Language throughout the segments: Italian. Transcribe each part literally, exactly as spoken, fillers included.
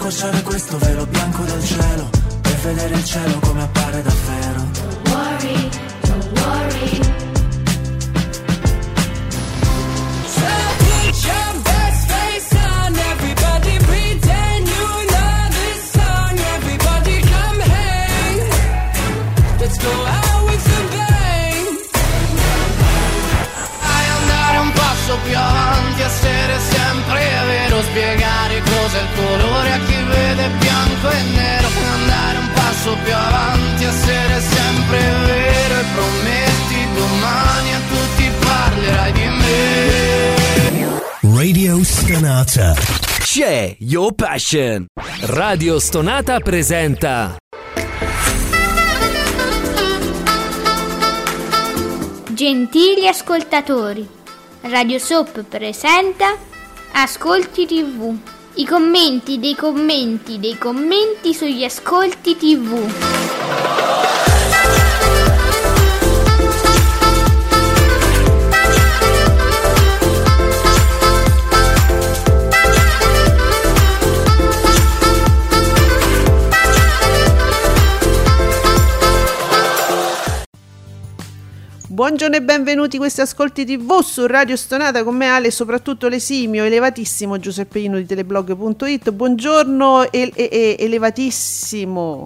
squarciare questo velo bianco del cielo e vedere il cielo come appare davvero. Don't worry, don't worry. So put your best face on, everybody pretend you know this song. Everybody come hang, let's go out with the bang. Dai, andare un passo più avanti, essere sempre vero, spiegare cos'è il colore a chi vede bianco e nero. Andare un passo più avanti, essere sempre vero, e prometti domani a tutti parlerai di me. Radio Stonata. C'è Your Passion. Radio Stonata presenta Gentili ascoltatori, Radio Soap presenta Ascolti tivù. I commenti dei commenti dei commenti sugli ascolti tivù. Buongiorno e benvenuti a questi ascolti tivù su Radio Stonata con me Ale e soprattutto l'esimio, elevatissimo Giuseppino di teleblog punto it. Buongiorno e, e, e, elevatissimo.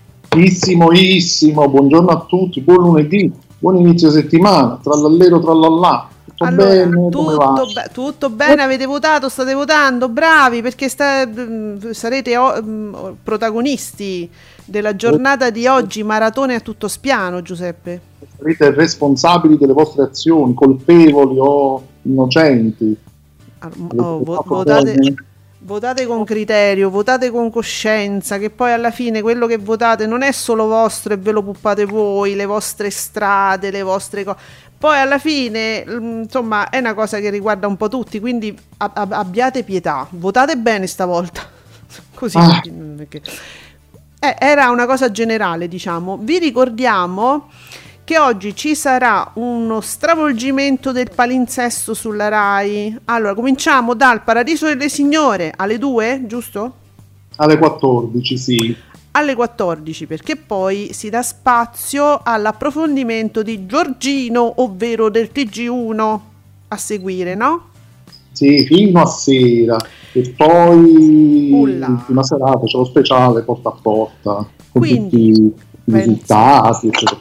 Issimissimo, buongiorno a tutti, buon lunedì, buon inizio settimana, trallallero trallallà. Tutto allora, bene? Tutto, come be- tutto bene, avete votato, state votando, bravi, perché sta, sarete o- protagonisti della giornata di oggi, maratone a tutto spiano, Giuseppe. Sarete responsabili delle vostre azioni, colpevoli o innocenti. Oh, vo- votate, votate con criterio, votate con coscienza, che poi alla fine quello che votate non è solo vostro e ve lo puppate voi, le vostre strade, le vostre cose. Poi alla fine, insomma, è una cosa che riguarda un po' tutti, quindi ab- abbiate pietà, votate bene stavolta. Così. Ah. Perché... Eh, era una cosa generale, diciamo. Vi ricordiamo che oggi ci sarà uno stravolgimento del palinsesto sulla Rai. Allora, cominciamo dal Paradiso delle Signore alle due, giusto? Alle quattordici, sì. Alle quattordici, perché poi si dà spazio all'approfondimento di Giorgino, ovvero del T G uno, a seguire, no? Sì, fino a sera. E poi Ulla. l'ultima serata c'è lo speciale porta a porta con Quindi, tutti i risultati, eccetera.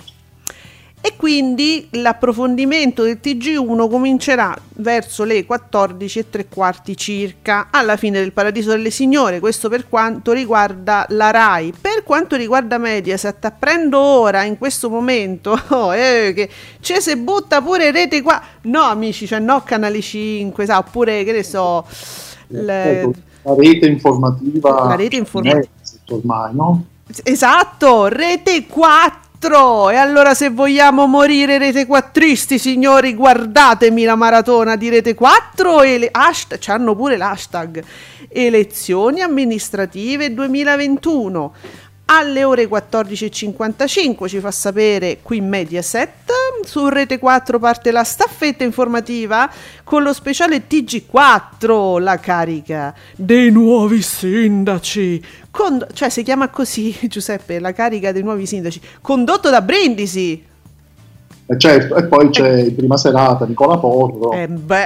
E quindi l'approfondimento del T G uno comincerà verso le quattordici e tre quarti circa, alla fine del Paradiso delle Signore. Questo per quanto riguarda la Rai. Per quanto riguarda Mediaset, apprendo ora, in questo momento, oh, eh, che ci se butta pure Rete qua. No, amici, cioè no Canale cinque, sa, oppure, che ne so, le... la rete informativa. La rete informativa. Ormai, no? Esatto, Rete quattro. E allora, se vogliamo morire rete quattristi, signori, guardatemi la maratona di Rete quattro e le hashtag, c'hanno pure l'hashtag elezioni amministrative duemilaventuno. Alle ore quattordici e cinquantacinque ci fa sapere qui Mediaset. Su Rete quattro parte la staffetta informativa con lo speciale T G quattro, la carica dei nuovi sindaci. Con, cioè si chiama così, Giuseppe, la carica dei nuovi sindaci, condotto da Brindisi. E, certo, e poi c'è eh. prima serata Nicola Porro, eh beh.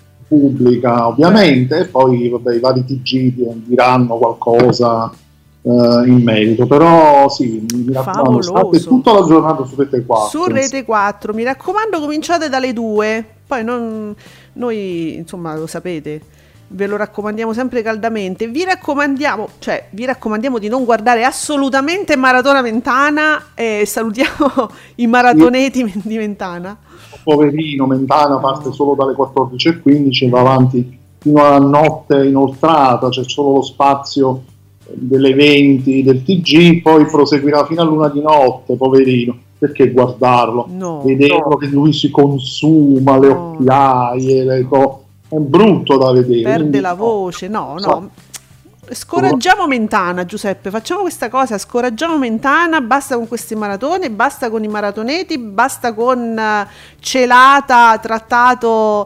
pubblica ovviamente, e poi vabbè, i vari T G diranno qualcosa Uh, in merito, però sì, mi raccomando, state tutta la giornata su Rete quattro. Su Rete quattro, mi raccomando, cominciate dalle due, poi non, noi insomma lo sapete, ve lo raccomandiamo sempre caldamente. Vi raccomandiamo, cioè vi raccomandiamo di non guardare assolutamente Maratona Mentana, e salutiamo i maratoneti sì. di Mentana. Poverino, Mentana parte solo dalle quattordici e quindici, va avanti fino alla notte inoltrata, c'è solo lo spazio delle venti del T G, poi proseguirà fino a luna di notte, poverino. Perché guardarlo? No, vederlo no. che lui si consuma le no. occhiaie, le co- è brutto da vedere. Perde Quindi, la voce, no, no. no. Scoraggiamo Mentana, Giuseppe, facciamo questa cosa, scoraggiamo Mentana, basta con queste maratone, basta con i maratoneti, basta con uh, celata, trattato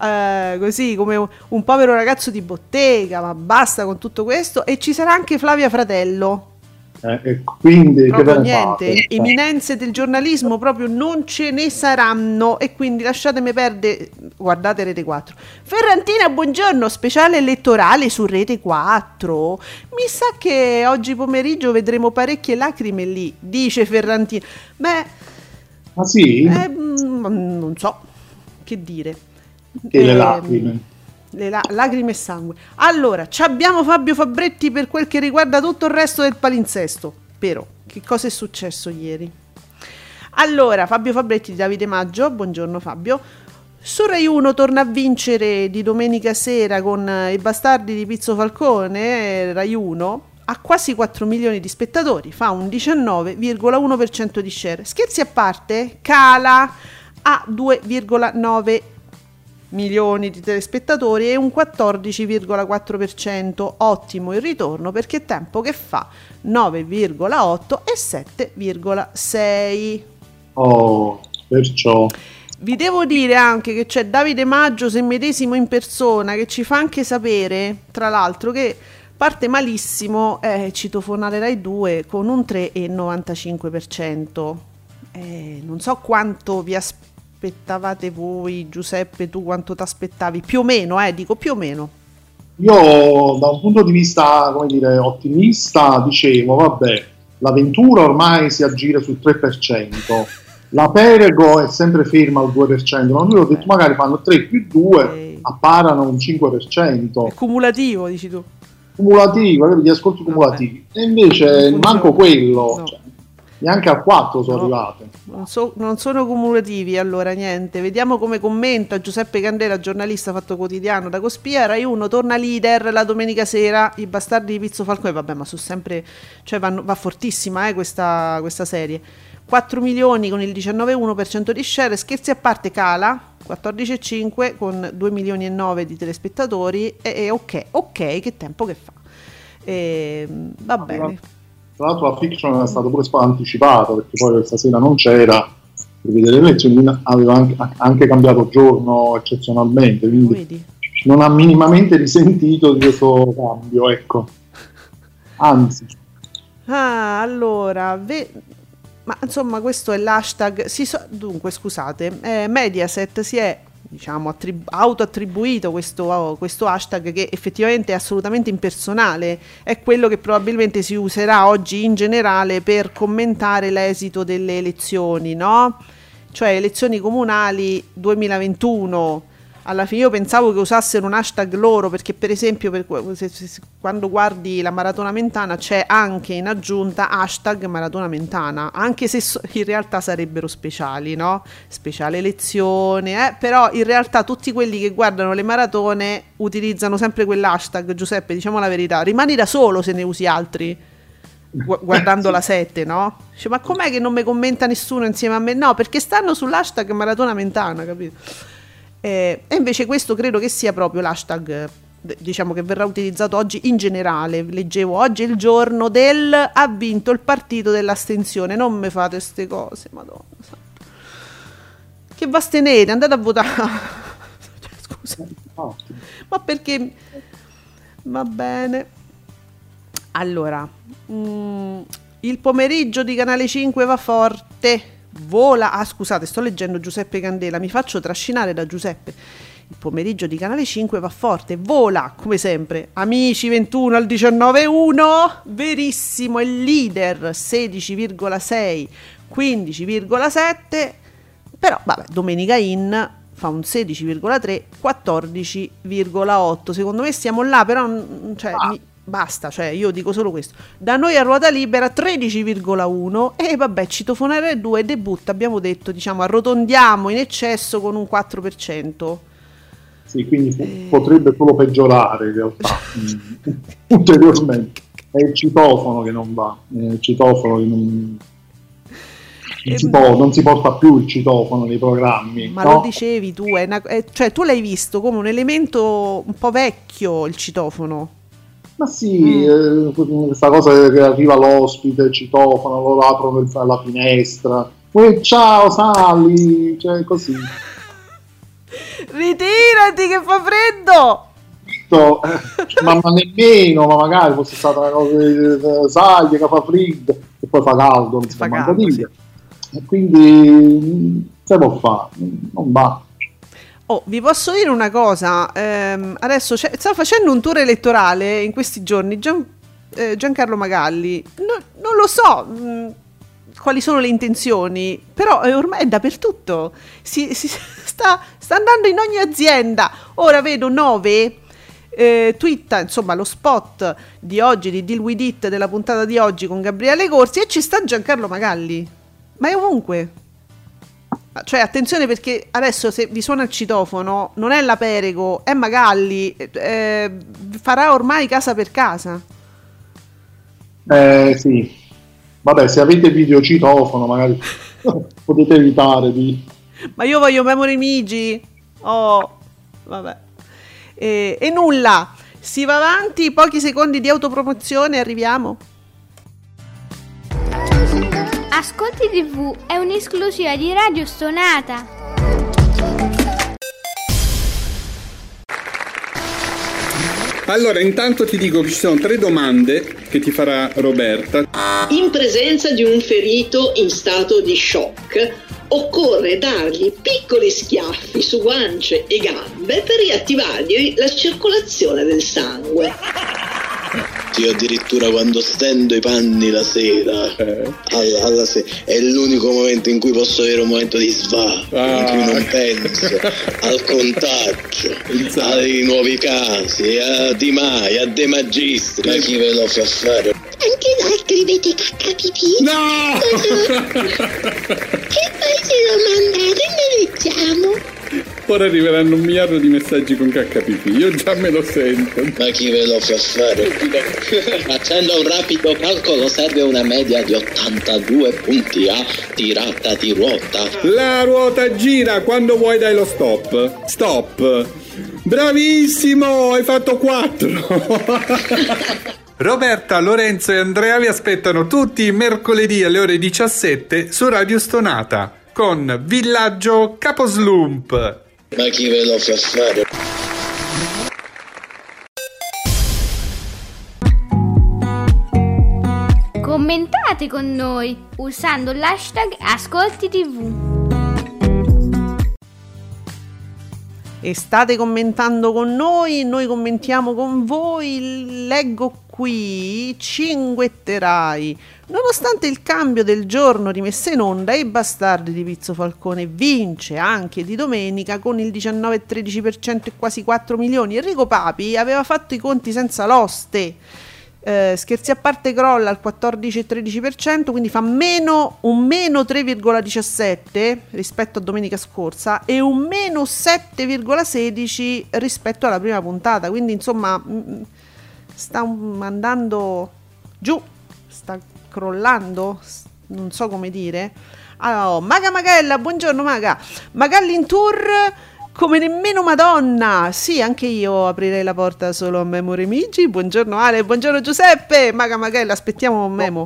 eh, così come un, un povero ragazzo di bottega, ma basta con tutto questo. E ci sarà anche Flavia Fratello. Eh, e quindi proprio che niente, fate? eminenze del giornalismo proprio non ce ne saranno, e quindi lasciatemi perdere, guardate Rete quattro. Ferrantina, buongiorno, speciale elettorale su Rete quattro. Mi sa che oggi pomeriggio vedremo parecchie lacrime lì, dice Ferrantina. Beh, ah sì? eh, non so che dire. Che eh, le lacrime Le la- lacrime e sangue. Allora, ci abbiamo Fabio Fabretti per quel che riguarda tutto il resto del palinsesto. Però, che cosa è successo ieri? Allora, Fabio Fabretti di Davide Maggio, buongiorno Fabio. Su Rai uno torna a vincere di domenica sera con i bastardi di Pizzo Falcone, Rai uno, ha quasi quattro milioni di spettatori, fa un diciannove virgola uno per cento di share. Scherzi a parte, cala a due virgola nove milioni di telespettatori e un quattordici virgola quattro per cento. Ottimo il ritorno, perché tempo che fa nove virgola otto e sette virgola sei. Oh, perciò Vi devo dire anche che c'è Davide Maggio, se medesimo in persona, che ci fa anche sapere, tra l'altro, che parte malissimo eh, citofonare Rai due con un tre virgola novantacinque per cento. Eh, non so quanto vi aspettate aspettavate voi, Giuseppe, tu quanto ti aspettavi? Più o meno, eh, dico più o meno. io da un punto di vista, come dire, ottimista, dicevo, vabbè, l'avventura ormai si aggira sul tre per cento, la Perego è sempre ferma al due per cento, ma lui ho detto magari fanno tre più due, Ok. apparano un cinque per cento. È cumulativo, dici tu. Cumulativo, gli ascolti cumulativi. E invece Non funziona. manco quello, No. cioè, neanche al quattro sono No. arrivate. Non, so- non sono cumulativi, allora niente. Vediamo come commenta Giuseppe Candela, giornalista Fatto Quotidiano da Cospia. Rai uno torna leader la domenica sera, i bastardi di Pizzo Falcone. Vabbè, ma sono sempre, cioè vanno- va fortissima eh, questa, questa serie. quattro milioni con il diciannove virgola uno per cento di share. Scherzi a parte, cala quattordici virgola cinque con due milioni e nove di telespettatori. E, e ok, ok, che tempo che fa. E, va bene. Tra l'altro la fiction era stata pure anticipata, perché poi questa sera non c'era per vedere le elezioni, aveva anche, anche cambiato giorno eccezionalmente, quindi Vedi? non ha minimamente risentito di questo cambio, ecco. Anzi, Ah, allora, ve- ma insomma questo è l'hashtag, si so- dunque scusate, eh, Mediaset si è, diciamo, attrib- autoattribuito questo, oh, questo hashtag, che effettivamente è assolutamente impersonale, è quello che probabilmente si userà oggi in generale per commentare l'esito delle elezioni, no? Cioè elezioni comunali duemilaventuno. Alla fine io pensavo che usassero un hashtag loro, perché per esempio per, se, se, se, quando guardi la Maratona Mentana c'è anche in aggiunta hashtag Maratona Mentana, anche se so, in realtà sarebbero speciali, no? Speciale elezione, eh? Però in realtà tutti quelli che guardano le maratone utilizzano sempre quell'hashtag. Giuseppe, diciamo la verità, rimani da solo se ne usi altri gu- guardando la sette, no? Dice, ma com'è che non mi commenta nessuno insieme a me? No, perché stanno sull'hashtag Maratona Mentana, capito? Eh, e invece questo credo che sia proprio l'hashtag, eh, diciamo, che verrà utilizzato oggi in generale. Leggevo oggi è il giorno del ha vinto il partito dell'astensione. Non mi fate ste cose, madonna santa. Che vi astenete, andate a votare. Cioè, scusa, ma perché va bene. Allora, mm, il pomeriggio di Canale cinque va forte. Vola, ah scusate, sto leggendo Giuseppe Candela, mi faccio trascinare da Giuseppe. Il pomeriggio di Canale cinque va forte, vola come sempre. Amici ventuno al diciannove virgola uno, verissimo, è il leader sedici virgola sei, quindici virgola sette, però vabbè, Domenica In fa un sedici virgola tre, quattordici virgola otto. Secondo me stiamo là, però cioè, Ah. mi, basta, cioè io dico solo questo. Da noi a ruota libera tredici virgola uno e vabbè, Citofonare due debutta, abbiamo detto, diciamo, arrotondiamo in eccesso con un quattro per cento. sì, quindi po- Eh. potrebbe solo peggiorare in realtà mm, ulteriormente. È il citofono che non va, è il citofono che non, non, si può- non si porta più il citofono nei programmi. Ma no? lo dicevi tu, è una- è- cioè tu l'hai visto come un elemento un po' vecchio il citofono. Ma sì, eh, questa cosa che arriva l'ospite, il citofono, loro aprono il- la finestra, "Uè, ciao Sally", cioè così. Ritirati che fa freddo. Eh, ma, ma nemmeno, ma magari fosse stata una cosa di saglia che fa freddo e poi fa caldo, non si Fa fa caldo, manco sì. dire. E quindi se può fare, non va. Oh, vi posso dire una cosa, ehm, adesso c'è- sta facendo un tour elettorale in questi giorni Gian- eh, Giancarlo Magalli. No- non lo so mh, quali sono le intenzioni, però eh, ormai è dappertutto. Si, si sta, sta andando in ogni azienda. Ora vedo nove eh, twitta, insomma, lo spot di oggi di Deal With It della puntata di oggi con Gabriele Corsi e ci sta Giancarlo Magalli. Ma è ovunque. Cioè, attenzione, perché adesso se vi suona il citofono non è la Perego, è Magalli, eh, farà ormai casa per casa. Eh sì, vabbè, se avete videocitofono magari potete evitare di... Ma io voglio Memory Migi. Oh, vabbè. E, e nulla, si va avanti, pochi secondi di autopromozione, arriviamo. Ascolti tivù è un'esclusiva di Radio Stonata. Allora, intanto ti dico che ci sono tre domande che ti farà Roberta. In presenza di un ferito in stato di shock, occorre dargli piccoli schiaffi su guance e gambe per riattivargli la circolazione del sangue. Io addirittura quando stendo i panni la sera, Eh. alla, alla se- è l'unico momento in cui posso avere un momento di svago, Ah. in cui non penso al contagio, ai nuovi casi, a Di Maio, a De Magistri, a chi ve lo fa fare. Anche noi scrivete cacca pipì. No! Che poi ce lo mandate e ne leggiamo. Ora arriveranno un miliardo di messaggi con H P P, io già me lo sento. Ma chi ve lo fa fare? Facendo un rapido calcolo serve una media di ottantadue punti a tirata di ruota. La ruota gira, quando vuoi dai lo stop. Stop. Bravissimo, hai fatto quattro. Roberta, Lorenzo e Andrea vi aspettano tutti i mercoledì alle ore diciassette su Radio Stonata con Villaggio Caposlump. Ma chi ve lo fa fare? Commentate con noi usando l'hashtag Ascolti tivù. E state commentando con noi, noi commentiamo con voi. Leggo qui: cinguetterai. Nonostante il cambio del giorno rimessa in onda, i bastardi di Pizzo Falcone vince anche di domenica con il diciannove virgola tredici per cento e quasi quattro milioni. Enrico Papi aveva fatto i conti senza l'oste. Eh, scherzi a parte, crolla al quattordici virgola tredici per cento, quindi fa meno un meno tre virgola diciassette rispetto a domenica scorsa e un meno sette virgola sedici rispetto alla prima puntata, quindi insomma mh, sta um, andando giù, sta crollando, non so come dire. Allora, Maga Magella, buongiorno Maga. Magalli in tour come nemmeno Madonna. Sì, anche io aprirei la porta solo a Memory Migi. Buongiorno Ale, buongiorno Giuseppe. Maga Magella, aspettiamo Memo.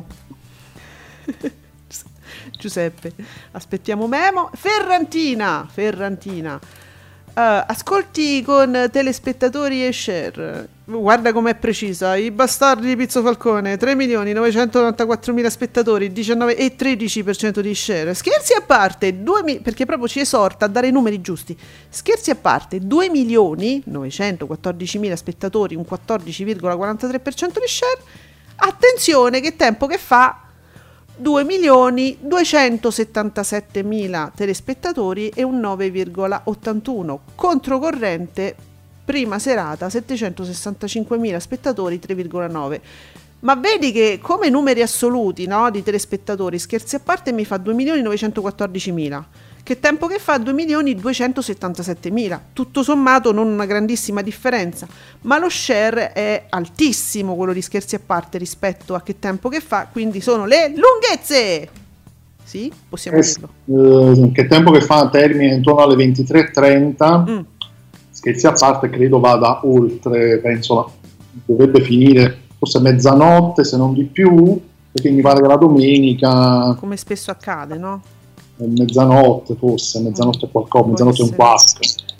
Giuseppe, aspettiamo Memo. Ferrantina, Ferrantina. Uh, ascolti con telespettatori e share. Guarda com'è precisa. I bastardi di Pizzo Falcone, tre milioni novecentonovantaquattromila spettatori, diciannove e tredici per cento di share. Scherzi a parte, due mi- perché proprio ci esorta a dare i numeri giusti. Scherzi a parte, due milioni novecentoquattordicimila spettatori, un quattordici virgola quarantatré per cento di share. Attenzione, che tempo che fa? due milioni duecentosettantasettemila telespettatori e un nove virgola ottantuno. Controcorrente, prima serata settecentosessantacinquemila spettatori, tre virgola nove. Ma vedi che come numeri assoluti, no, di telespettatori, scherzi a parte, mi fa due milioni novecentoquattordicimila. Che tempo che fa? due milioni duecentosettantasettemila. Tutto sommato non una grandissima differenza, ma lo share è altissimo, quello di scherzi a parte, rispetto a che tempo che fa, quindi sono le lunghezze. Sì, possiamo Eh, dirlo. eh, che tempo che fa termine intorno alle ventitré e trenta. Mm. Scherzi a parte, credo vada oltre, penso dovrebbe finire forse mezzanotte se non di più, perché mi pare che la domenica Come spesso accade, no? è mezzanotte, forse mezzanotte e qualcosa, mezzanotte e un quarto.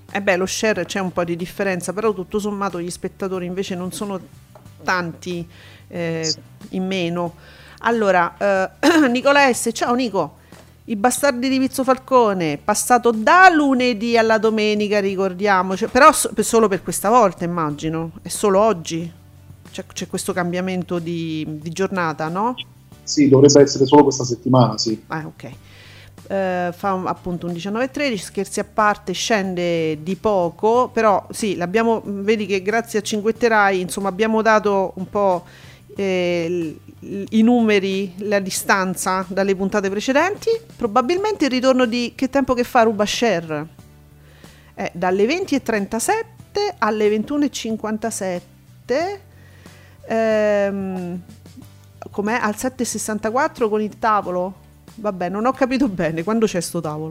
Eh beh, lo share c'è un po' di differenza, però tutto sommato gli spettatori invece non sono tanti eh, in meno. Allora, eh, Nicola S, ciao Nico. I bastardi di Vizzo Falcone, passato da lunedì alla domenica, ricordiamo, cioè, però so, solo per questa volta immagino, è solo oggi, c'è, c'è questo cambiamento di, di giornata, no? Sì, dovrebbe essere solo questa settimana, sì. Ah, ok. Uh, fa un, appunto un diciannove e tredici, scherzi a parte, scende di poco, però sì, l'abbiamo, vedi che grazie a Cinguetterai insomma abbiamo dato un po' eh, l, i numeri, la distanza dalle puntate precedenti. Probabilmente il ritorno di Che tempo che fa Ruba Share è dalle venti e trentasette alle ventuno e cinquantasette, ehm, com'è? Al sette e sessantaquattro con il tavolo. Vabbè, non ho capito bene, quando c'è sto tavolo?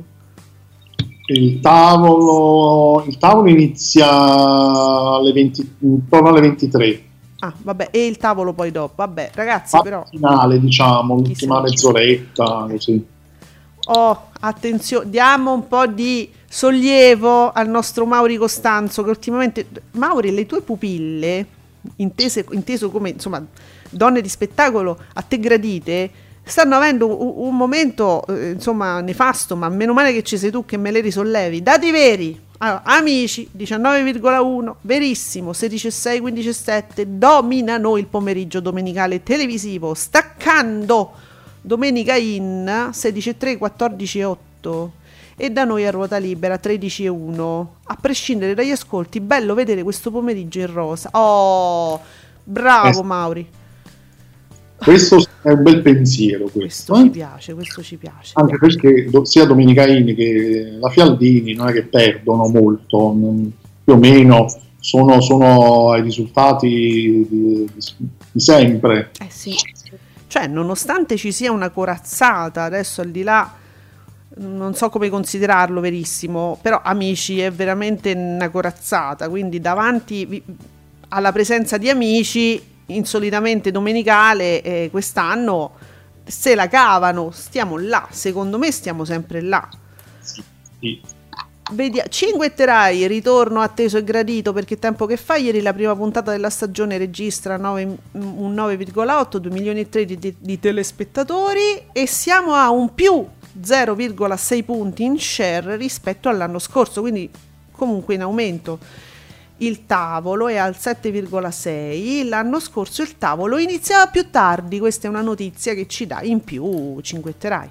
Il tavolo, il tavolo inizia alle venti, intorno alle ventitré. Ah, vabbè, e il tavolo poi dopo. Vabbè, ragazzi, Al però finale, diciamo, l'ultima mezz'oretta, così. Oh, attenzione, diamo un po' di sollievo al nostro Mauri Costanzo, che ultimamente, Mauri, le tue pupille, intese, inteso come, insomma, donne di spettacolo a te gradite, stanno avendo un, un momento eh, insomma nefasto, ma meno male che ci sei tu che me le risollevi. Dati veri. Allora, Amici diciannove virgola uno, verissimo sedici virgola sei, quindici virgola sette, dominano il pomeriggio domenicale televisivo, staccando Domenica In sedici virgola tre, quattordici virgola otto e da noi a ruota libera tredici virgola uno. A prescindere dagli ascolti, bello vedere questo pomeriggio in rosa. Oh, bravo eh. Mauri. Questo è un bel pensiero, questo, questo eh? ci piace, questo ci piace. Anche perché do, sia Domenica In che la Fialdini non è che perdono molto, non, più o meno sono, sono ai risultati di, di, di sempre. Eh sì, cioè nonostante ci sia una corazzata, adesso al di là, non so come considerarlo verissimo, però Amici è veramente una corazzata, quindi davanti alla presenza di Amici insolitamente domenicale, eh, quest'anno se la cavano, stiamo là, secondo me stiamo sempre là. Sì, sì. Vediamo, Cinguetterai, ritorno atteso e gradito perché tempo che fa, ieri la prima puntata della stagione registra nove, un nove virgola otto, due milioni e tre di, di, di telespettatori e siamo a un più zero virgola sei punti in share rispetto all'anno scorso, quindi comunque in aumento. Il tavolo è al sette virgola sei, l'anno scorso il tavolo iniziava più tardi, questa è una notizia che ci dà in più Cinguetterai.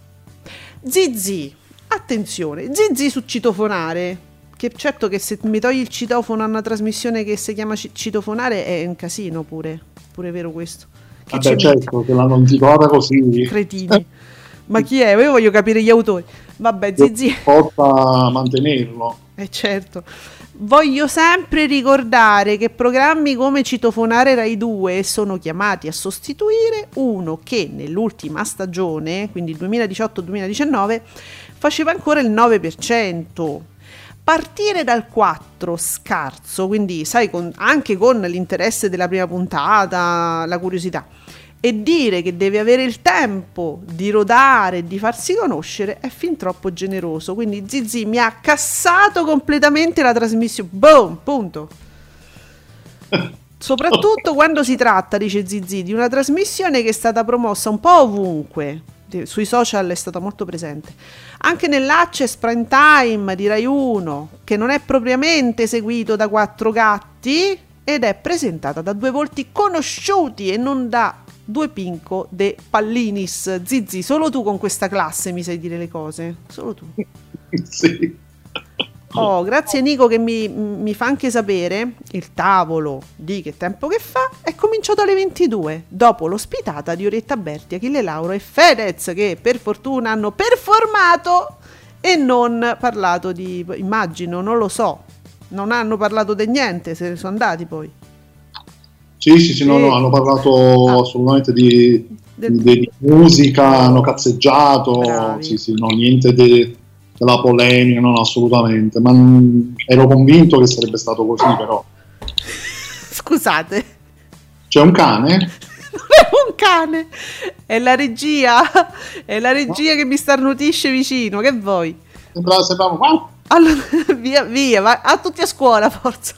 Zizi, attenzione, Zizi su citofonare, che certo che se mi togli il citofono a una trasmissione che si chiama citofonare è un casino pure, pure vero questo. Che Vabbè, certo, che l'hanno intitolata così. Cretini. Ma chi è? Io voglio capire gli autori. Vabbè, Zizi. Porta a mantenerlo. Eh certo. Voglio sempre ricordare che programmi come Citofonare Rai due sono chiamati a sostituire uno che nell'ultima stagione, quindi duemiladiciotto duemiladiciannove, faceva ancora il nove per cento. Partire dal quattro scarso, quindi sai, con, anche con l'interesse della prima puntata, la curiosità, e dire che deve avere il tempo di rodare e di farsi conoscere è fin troppo generoso. Quindi Zizi mi ha cassato completamente la trasmissione. Boom, punto. Soprattutto quando si tratta, dice Zizi, di una trasmissione che è stata promossa un po' ovunque. Sui social è stata molto presente. Anche nell'Access Prime Time di Rai uno, che non è propriamente seguito da quattro gatti ed è presentata da due volti conosciuti e non da due pinco de Pallinis. Zizi, solo tu con questa classe mi sai dire le cose, solo tu. Sì. Oh, grazie Nico che mi, mi fa anche sapere il tavolo di Che tempo che fa è cominciato alle ventidue dopo l'ospitata di Orietta Berti, Achille Lauro e Fedez, che per fortuna hanno performato e non parlato di, immagino, non lo so, non hanno parlato di niente, se ne sono andati poi. Sì, sì, sì, no, no, hanno parlato ah. assolutamente di, Del... di, di musica, hanno cazzeggiato, Bravi. sì, sì, no, niente di, della polemica, non assolutamente, ma mh, ero convinto che sarebbe stato così, però. Scusate. C'è un cane? Non è un cane, è la regia, è la regia no. che mi starnutisce vicino, che vuoi? Sembrava, sembrava, wow. Allora, via, via, va, a tutti a scuola, forza.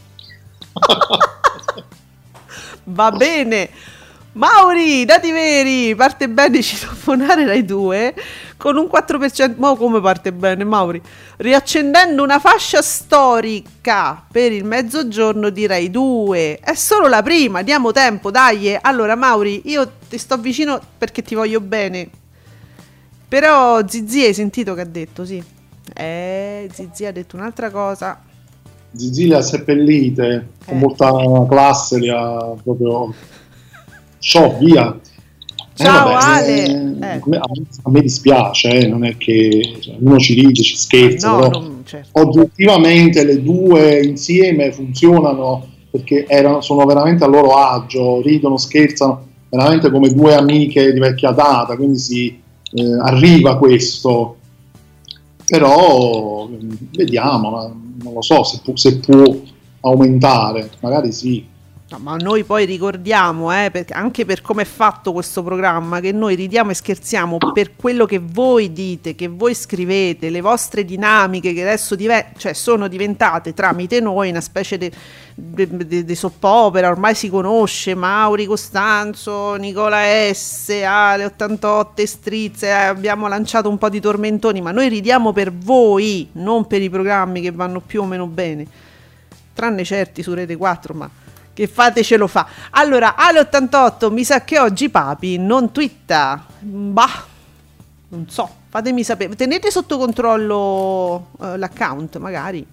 Va bene. Mauri, dati veri, parte bene citofonare Rai due con un quattro per cento. Ma come parte bene, Mauri? Riaccendendo una fascia storica per il mezzogiorno di Rai due. È solo la prima, diamo tempo, dai. Allora, Mauri, io ti sto vicino perché ti voglio bene. Però Zizi, hai sentito che ha detto, sì? Eh, Zizi ha detto un'altra cosa. Zizi le ha seppellite, Eh. con molta classe, le ha proprio... Ciao, via. Ciao, eh, vabbè, Ale. eh, Eh. A, me, a me dispiace, eh, non è che cioè, uno ci ride, ci scherza, No, però non, certo. oggettivamente le due insieme funzionano perché erano, sono veramente a loro agio, ridono, scherzano, veramente come due amiche di vecchia data, quindi si eh, arriva questo. Però vediamo, ma non lo so se, pu- se può aumentare, magari sì. No, ma noi poi ricordiamo, eh, perché anche per come è fatto questo programma, che noi ridiamo e scherziamo per quello che voi dite, che voi scrivete, le vostre dinamiche che adesso dive- cioè sono diventate tramite noi una specie di soppopera, ormai si conosce, Mauri Costanzo, Nicola S, Ale ottantotto, Strizze, eh, abbiamo lanciato un po' di tormentoni, ma noi ridiamo per voi, non per i programmi che vanno più o meno bene, tranne certi su Rete quattro, ma... che fatecelo fa. Allora, Ale ottantotto, mi sa che oggi Papi non twitta. Bah, non so, fatemi sapere. Tenete sotto controllo uh, l'account, magari.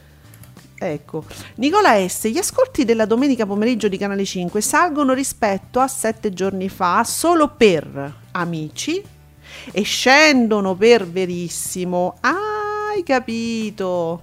Ecco. Nicola S, gli ascolti della domenica pomeriggio di Canale cinque salgono rispetto a sette giorni fa solo per Amici e scendono per Verissimo. Ah, hai capito?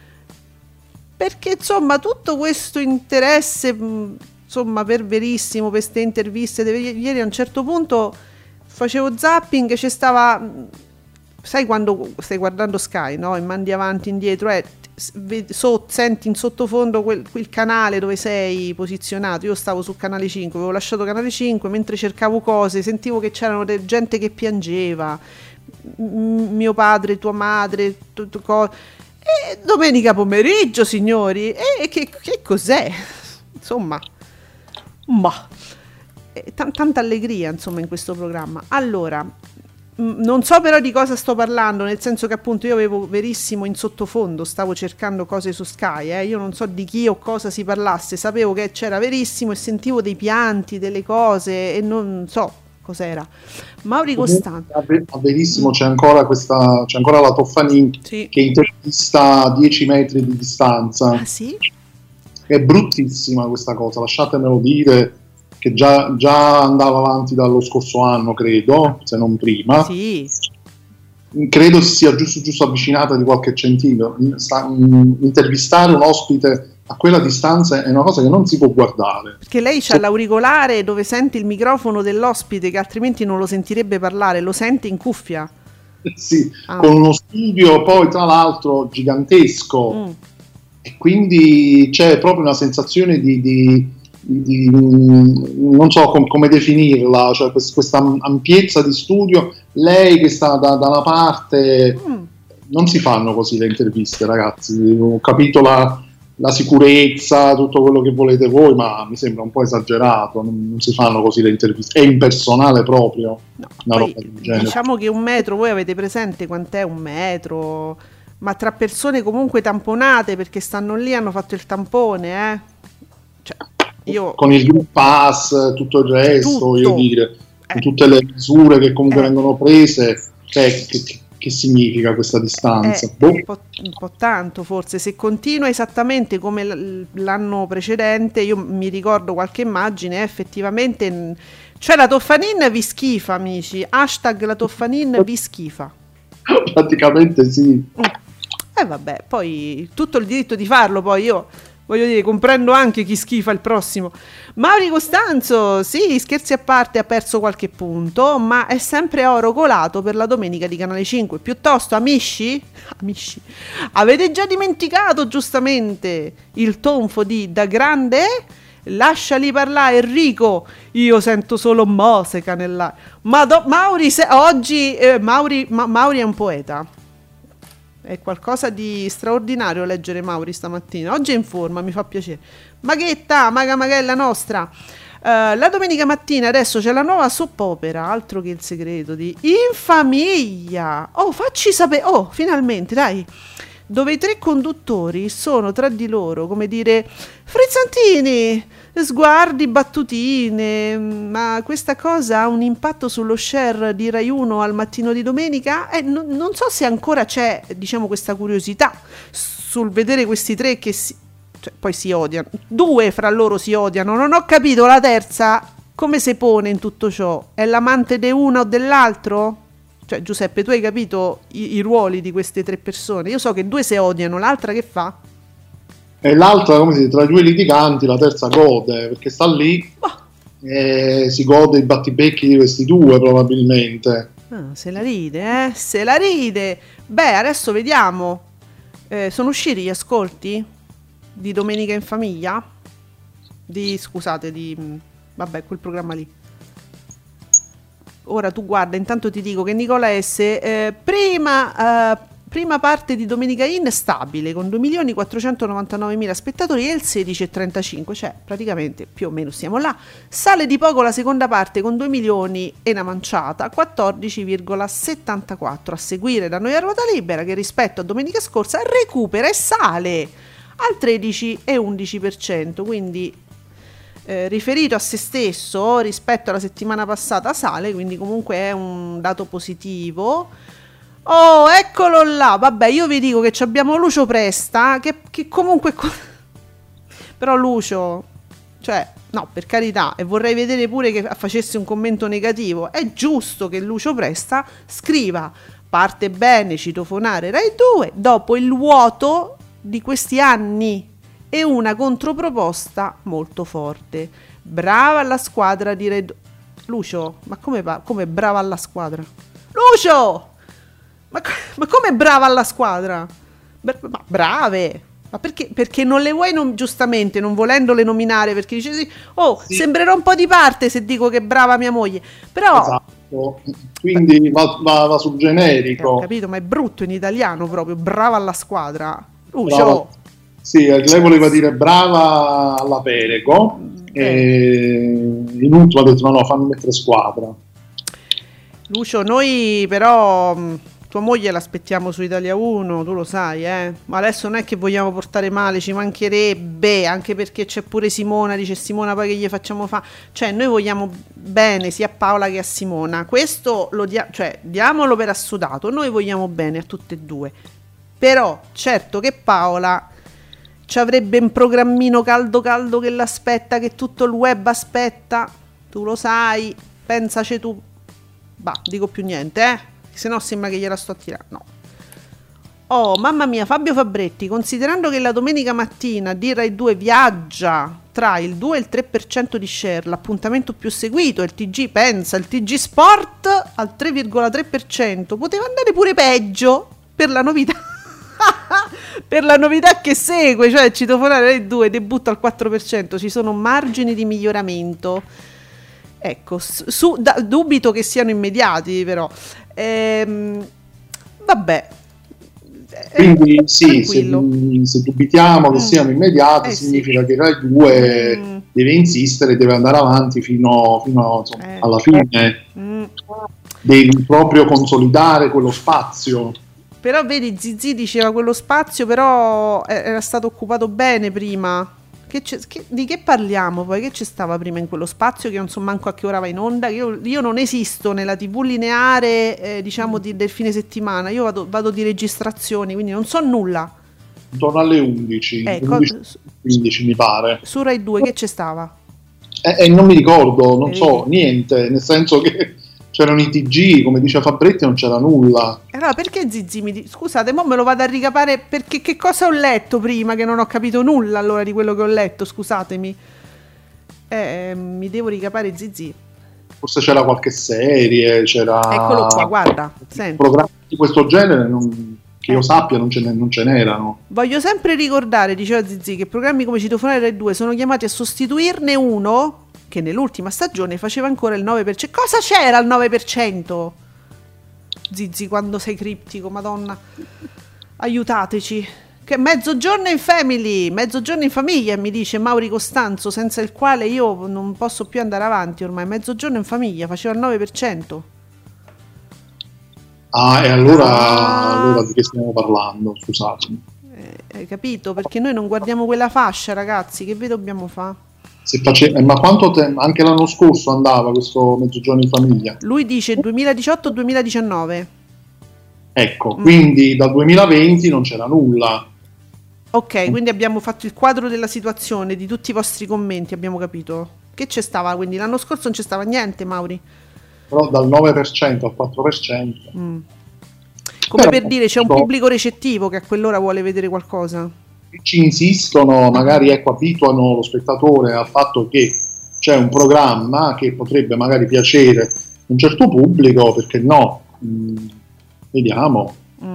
Perché insomma tutto questo interesse insomma per Verissimo, per queste interviste, ieri a un certo punto facevo zapping, c'è stava, sai quando stai guardando Sky, no? E mandi avanti indietro, eh, so, senti in sottofondo quel, quel canale dove sei posizionato. Io stavo su Canale cinque, avevo lasciato Canale cinque, mentre cercavo cose sentivo che c'erano de- gente che piangeva, M- mio padre, tua madre, tu, tu, co- e domenica pomeriggio, signori, e che, che cos'è? Insomma, ma t- tanta allegria, insomma, in questo programma. Allora, mh, non so però di cosa sto parlando, nel senso che appunto io avevo Verissimo in sottofondo, stavo cercando cose su Sky, eh, io non so di chi o cosa si parlasse, sapevo che c'era Verissimo e sentivo dei pianti, delle cose, e non so cos'era. Mauri Costanzo. A Verissimo c'è ancora questa, c'è ancora la Toffanin, sì, che intervista a dieci metri di distanza. Ah, sì? È bruttissima questa cosa, lasciatemelo dire, che già, già andava avanti dallo scorso anno, credo, se non prima. Sì. Credo si sia giusto giusto avvicinata di qualche centimetro. Sta, mh, intervistare un ospite a quella distanza è una cosa che non si può guardare. Perché lei c'ha l'auricolare dove sente il microfono dell'ospite, che altrimenti non lo sentirebbe parlare, lo sente in cuffia. Sì, ah. Con uno studio poi tra l'altro gigantesco, mm. e quindi c'è proprio una sensazione di, di, di, di non so com- come definirla, cioè quest- questa ampiezza di studio, lei che sta da, da una parte, mm. non si fanno così le interviste, ragazzi, ho capito la la sicurezza, tutto quello che volete voi, ma mi sembra un po' esagerato, non, non si fanno così le interviste, è impersonale proprio, no, una poi, roba del genere. Diciamo che un metro, voi avete presente quant'è un metro, ma tra persone comunque tamponate, perché stanno lì, hanno fatto il tampone, eh? Cioè, io... con il Green Pass, tutto il resto, tutto. voglio dire, eh. con tutte le misure che comunque eh. vengono prese, cioè, che, che, che significa questa distanza? Eh, un, po', un po' tanto forse, se continua esattamente come l- l'anno precedente, io mi ricordo qualche immagine, effettivamente, cioè la Toffanin vi schifa, amici, hashtag la Toffanin vi schifa. Praticamente sì. E eh, vabbè, poi tutto il diritto di farlo, poi io... voglio dire, comprendo anche chi schifa il prossimo. Mauri Costanzo, sì, scherzi a parte, ha perso qualche punto, ma è sempre oro colato per la domenica di Canale cinque. Piuttosto, amici, amici, avete già dimenticato giustamente il tonfo di Da Grande? Lasciali parlare, Enrico, io sento solo Moseca nell'aria. Ma do, Mauri, se, oggi eh, Mauri, ma, Mauri è un poeta. È qualcosa di straordinario leggere Mauri stamattina. Oggi è in forma, mi fa piacere. Maghetta, Maga Magella nostra. Uh, la domenica mattina adesso c'è la nuova soap opera, altro che Il segreto di In famiglia. Oh, facci sapere. Oh, finalmente, dai. Dove i tre conduttori sono tra di loro, come dire, frizzantini, sguardi, battutine. Ma questa cosa ha un impatto sullo share di Rai uno al mattino di domenica? Eh, no, non so se ancora c'è, diciamo, questa curiosità sul vedere questi tre che si, cioè, poi si odiano. Due fra loro si odiano. Non ho capito la terza come si pone in tutto ciò. È l'amante di uno o dell'altro? Cioè, Giuseppe, tu hai capito i, i ruoli di queste tre persone? Io so che due si odiano, l'altra che fa? E l'altra, come si dice, tra i due litiganti, la terza gode, perché sta lì oh. e si gode i battibecchi di questi due, probabilmente. Ah, se la ride, eh? Se la ride! Beh, adesso vediamo. Eh, sono usciti gli ascolti di Domenica in Famiglia? Di, scusate, di... vabbè, quel programma lì. Ora tu guarda, intanto ti dico che Nicola S eh, prima, eh, prima parte di Domenica In stabile con due milioni quattrocentonovantanovemila spettatori e il sedici virgola trentacinque, cioè praticamente più o meno siamo là. Sale di poco la seconda parte con due milioni e una manciata, quattordici virgola settantaquattro. A seguire da Noi a Ruota Libera, che rispetto a domenica scorsa recupera e sale al tredici virgola undici per cento, quindi Eh, riferito a se stesso rispetto alla settimana passata sale, quindi comunque è un dato positivo. Oh, eccolo là. Vabbè, io vi dico che abbiamo Lucio Presta che, che comunque però Lucio, cioè no, per carità, e vorrei vedere pure che facesse un commento negativo. È giusto che Lucio Presta scriva: parte bene citofonare Rai due dopo il vuoto di questi anni e una controproposta molto forte. Brava alla squadra di Red... Lucio, ma come, come brava alla squadra? Lucio! Ma, ma come brava alla squadra? Bra- ma brave! Ma perché? Perché non le vuoi, non, giustamente, non volendole nominare, perché dice sì, oh, sì. Sembrerò un po' di parte se dico che brava mia moglie. Però... Esatto. Quindi va, va, va sul generico. Ho capito, ma è brutto in italiano proprio, brava alla squadra. Lucio! Brava. Sì, lei voleva dire brava alla Perego e in ultimo ha detto no no, fammi mettere squadra. Lucio, noi però tua moglie l'aspettiamo su Italia uno, tu lo sai, eh? Ma adesso non è che vogliamo portare male, ci mancherebbe, anche perché c'è pure Simona, dice Simona poi che gli facciamo fa, cioè noi vogliamo bene sia a Paola che a Simona, questo lo dia- cioè diamolo per assodato, noi vogliamo bene a tutte e due, però certo che Paola ci avrebbe un programmino caldo caldo che l'aspetta, che tutto il web aspetta, tu lo sai, pensaci tu. Bah, dico più niente, eh, se no sembra che gliela sto a tirare, no. Oh, mamma mia, Fabio Fabretti, considerando che la domenica mattina di Rai due viaggia tra il due e il tre per cento di share, l'appuntamento più seguito è il T G, pensa, il T G Sport al tre virgola tre per cento, poteva andare pure peggio per la novità. Per la novità che segue, cioè citofonare Rai due debutta al quattro per cento, ci sono margini di miglioramento, ecco, su, da, dubito che siano immediati però, ehm, vabbè, quindi eh, sì, se, se dubitiamo che mm. siano immediati eh, significa sì. che Rai due mm. deve insistere, deve andare avanti fino, fino insomma, eh. alla fine, mm. devi proprio consolidare quello spazio. Però vedi, Zizi diceva quello spazio però era stato occupato bene prima. Che che, di che parliamo poi? Che ci stava prima in quello spazio che non so manco a che ora va in onda? Io, io non esisto nella tivù lineare, eh, diciamo, di, del fine settimana. Io vado, vado di registrazioni, quindi non so nulla. Intorno alle undici, eh, undici co- quindici mi pare. Su Rai due che ci stava? Eh, eh, non mi ricordo, non eh, so, niente, nel senso che... c'erano i T G, come dice Fabretti, non c'era nulla. Allora perché Zizi mi dice, scusate, mo me lo vado a ricapare, perché che cosa ho letto prima che non ho capito nulla allora di quello che ho letto, scusatemi. Eh, mi devo ricapare Zizi. Forse c'era qualche serie, c'era... Eccolo qua, guarda, senti. Programmi di questo genere, non, che io sappia, non ce, ne, non ce n'erano. Voglio sempre ricordare, diceva Zizi, che programmi come Citofonare Rai due sono chiamati a sostituirne uno che nell'ultima stagione faceva ancora il nove per cento. Cosa c'era al nove per cento? Zizi, quando sei criptico, madonna. Aiutateci. Che mezzogiorno in family, mezzogiorno in famiglia, mi dice Mauri Costanzo, senza il quale io non posso più andare avanti ormai. Mezzogiorno in famiglia, faceva il nove per cento. Ah, e allora, ah. allora di che stiamo parlando? Scusatemi. Eh, hai capito? Perché noi non guardiamo quella fascia, ragazzi, che vi dobbiamo fare? Se face... eh, ma quanto tempo? Anche l'anno scorso andava questo mezzogiorno in famiglia? Lui dice duemiladiciotto duemiladiciannove. Ecco, mm. quindi dal duemilaventi non c'era nulla. Ok, quindi abbiamo fatto il quadro della situazione, di tutti i vostri commenti, abbiamo capito. Che c'è stava? Quindi l'anno scorso non c'è stava niente, Mauri? Però dal nove per cento al quattro per cento. Mm. Come Però, per dire, c'è un pubblico recettivo che a quell'ora vuole vedere qualcosa. Ci insistono, magari ecco, abituano lo spettatore al fatto che c'è un programma che potrebbe magari piacere un certo pubblico, perché no? Mm, vediamo. Mm.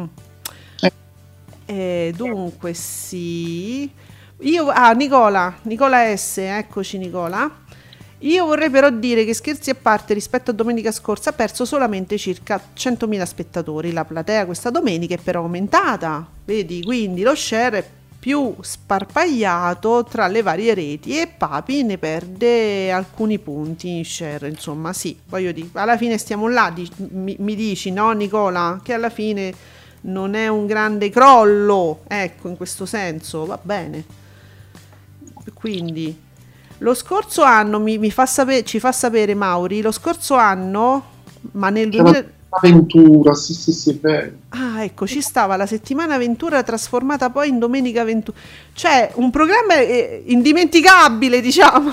Eh, dunque sì, io ah Nicola, Nicola S, eccoci Nicola. Io vorrei però dire che scherzi a parte, rispetto a domenica scorsa ha perso solamente circa centomila spettatori. La platea questa domenica è però aumentata, vedi, quindi lo share è più sparpagliato tra le varie reti e Papi ne perde alcuni punti in share, insomma sì, voglio dire, alla fine stiamo là, di, mi, mi dici no Nicola, che alla fine non è un grande crollo, ecco, in questo senso, va bene. Quindi lo scorso anno mi, mi fa sapere, ci fa sapere Mauri, lo scorso anno, ma nel duemila... Ventura, sì sì sì, è vero. Ah, ecco, ci stava la settimana Ventura trasformata poi in domenica Ventura, cioè un programma eh, indimenticabile, diciamo.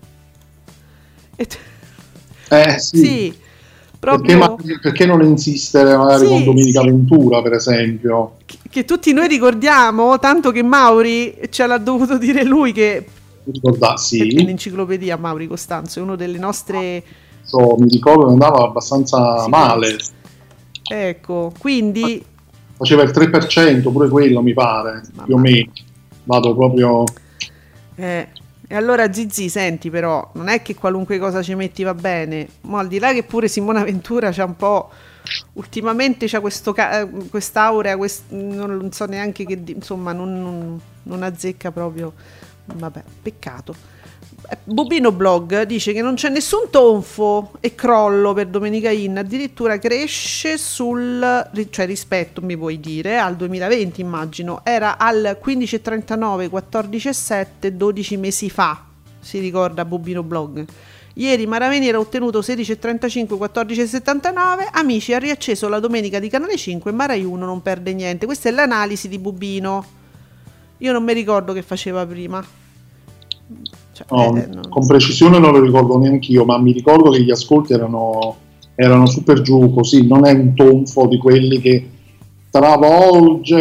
Eh sì. Sì. Perché, ma, perché non insistere magari sì, con Domenica sì. Ventura, per esempio? Che, che tutti noi ricordiamo, tanto che Mauri ce l'ha dovuto dire lui che... Ricordassi. Perché l'enciclopedia Mauri Costanzo è uno delle nostre... So, mi ricordo che andava abbastanza sì, male. Ecco, quindi... Faceva il tre per cento, pure quello mi pare, Mamma. più o meno. Vado proprio... Eh... E allora Zizi, senti però, non è che qualunque cosa ci metti va bene, ma al di là che pure Simona Ventura c'ha un po', ultimamente c'ha questo ca- quest'aurea, quest- non, non so neanche che, insomma, non, non, non azzecca proprio, vabbè, peccato. Bobino Blog dice che non c'è nessun tonfo e crollo per Domenica In, addirittura cresce sul, cioè rispetto, mi vuoi dire, al duemilaventi immagino, era al quindici virgola trentanove, quattordici virgola sette, dodici mesi fa, si ricorda Bobino Blog. Ieri Maraveni era ottenuto sedici virgola trentacinque, quattordici virgola settantanove, Amici ha riacceso la domenica di Canale cinque, ma Rai uno non perde niente. Questa è l'analisi di Bobino, io non mi ricordo che faceva prima. Cioè, no, eh, non... con precisione non lo ricordo neanche io, ma mi ricordo che gli ascolti erano, erano super giù, così non è un tonfo di quelli che travolge,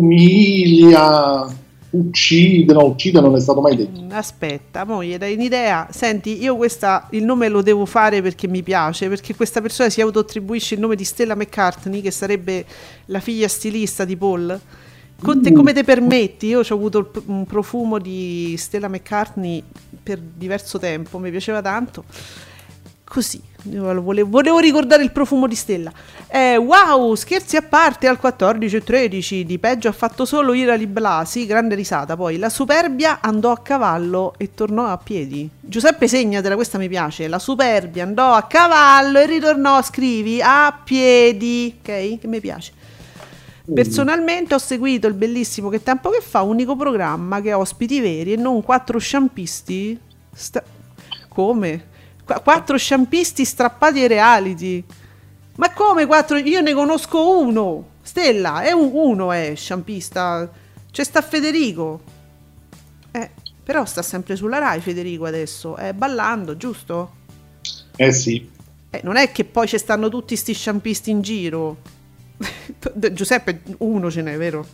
umilia, uccide, no, uccide non è stato mai detto. Aspetta, mo gli dai un'idea. Senti, io questa, il nome lo devo fare perché mi piace, perché questa persona si autoattribuisce il nome di Stella McCartney, che sarebbe la figlia stilista di Paul. Con te, come te permetti? Io ho avuto un profumo di Stella McCartney per diverso tempo, mi piaceva tanto, così volevo, volevo ricordare il profumo di Stella. Eh, wow, scherzi a parte, al quattordici e tredici di peggio ha fatto solo Irali Blasi, grande risata. Poi la Superbia andò a cavallo e tornò a piedi. Giuseppe, segnatela, questa mi piace. La Superbia andò a cavallo e ritornò, scrivi, a piedi, ok? Che mi piace. Personalmente ho seguito il bellissimo Che tempo che fa, unico programma che ha ospiti veri e non quattro sciampisti sta- come? Qu- quattro sciampisti strappati ai reality. Ma come quattro? Io ne conosco uno, Stella, è un, uno è sciampista, c'è sta Federico, eh, però sta sempre sulla Rai Federico adesso, è ballando, giusto? Eh sì. Eh, non è che poi ci stanno tutti sti sciampisti in giro. Giuseppe, uno ce n'è, vero?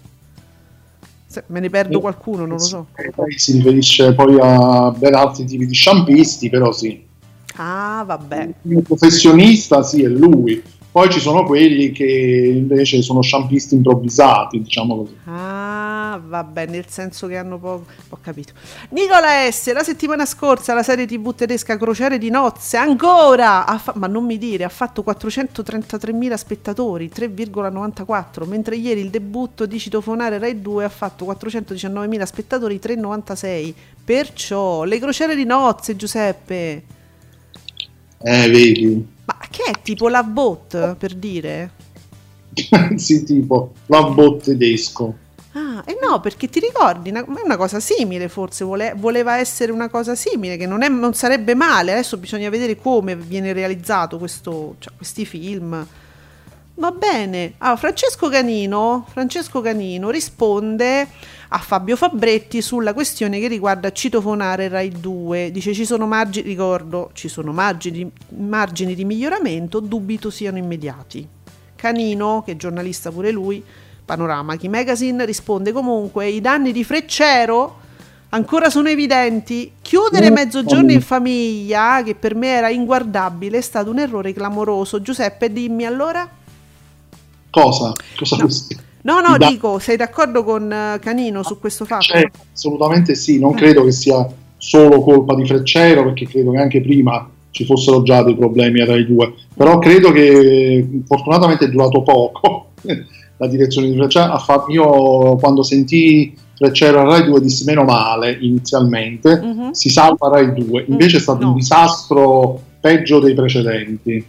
Se me ne perdo qualcuno, non lo so. Poi si riferisce poi a ben altri tipi di sciampisti, però sì. Ah, vabbè. Il professionista sì, è lui. Poi ci sono quelli che invece sono sciampisti improvvisati, diciamo così. Ah, Ah, vabbè, nel senso che hanno poco. Ho capito. Nicola S. La settimana scorsa la serie tivù tedesca Crociere di nozze ancora ha fa- ma non mi dire, ha fatto quattrocentotrentatremila spettatori, tre virgola novantaquattro, mentre ieri il debutto di Citofonare Rai due ha fatto quattrocentodiciannovemila spettatori, tre virgola novantasei. Perciò le Crociere di nozze, Giuseppe. Eh, vedi. Ma che è tipo la bot, per dire? Sì, tipo la bot tedesco. Ah, e eh no, perché ti ricordi, una, è una cosa simile, forse vole, voleva essere una cosa simile, che non, è, non sarebbe male. Adesso bisogna vedere come viene realizzato questo, cioè, questi film. Va bene. Allora, Francesco Canino, Francesco Canino risponde a Fabio Fabretti sulla questione che riguarda Citofonare Rai due. Dice: ci sono margini, ricordo, ci sono margini, margini di miglioramento, dubito siano immediati. Canino, che è giornalista pure lui, Panorama Key Magazine, risponde comunque: i danni di Freccero ancora sono evidenti. Chiudere Mezzogiorno in famiglia, che per me era inguardabile, è stato un errore clamoroso. Giuseppe, dimmi allora. Cosa? Cosa no. No, no, da- dico, sei d'accordo con Canino su questo fatto? Cioè, assolutamente sì, non credo che sia solo colpa di Freccero, perché credo che anche prima ci fossero già dei problemi a Rai due, però credo che fortunatamente è durato poco la direzione di Freccero. Io quando sentii Freccero a Rai due dissi meno male inizialmente, uh-huh. si salva Rai due, invece uh-huh. è stato no. un disastro peggio dei precedenti.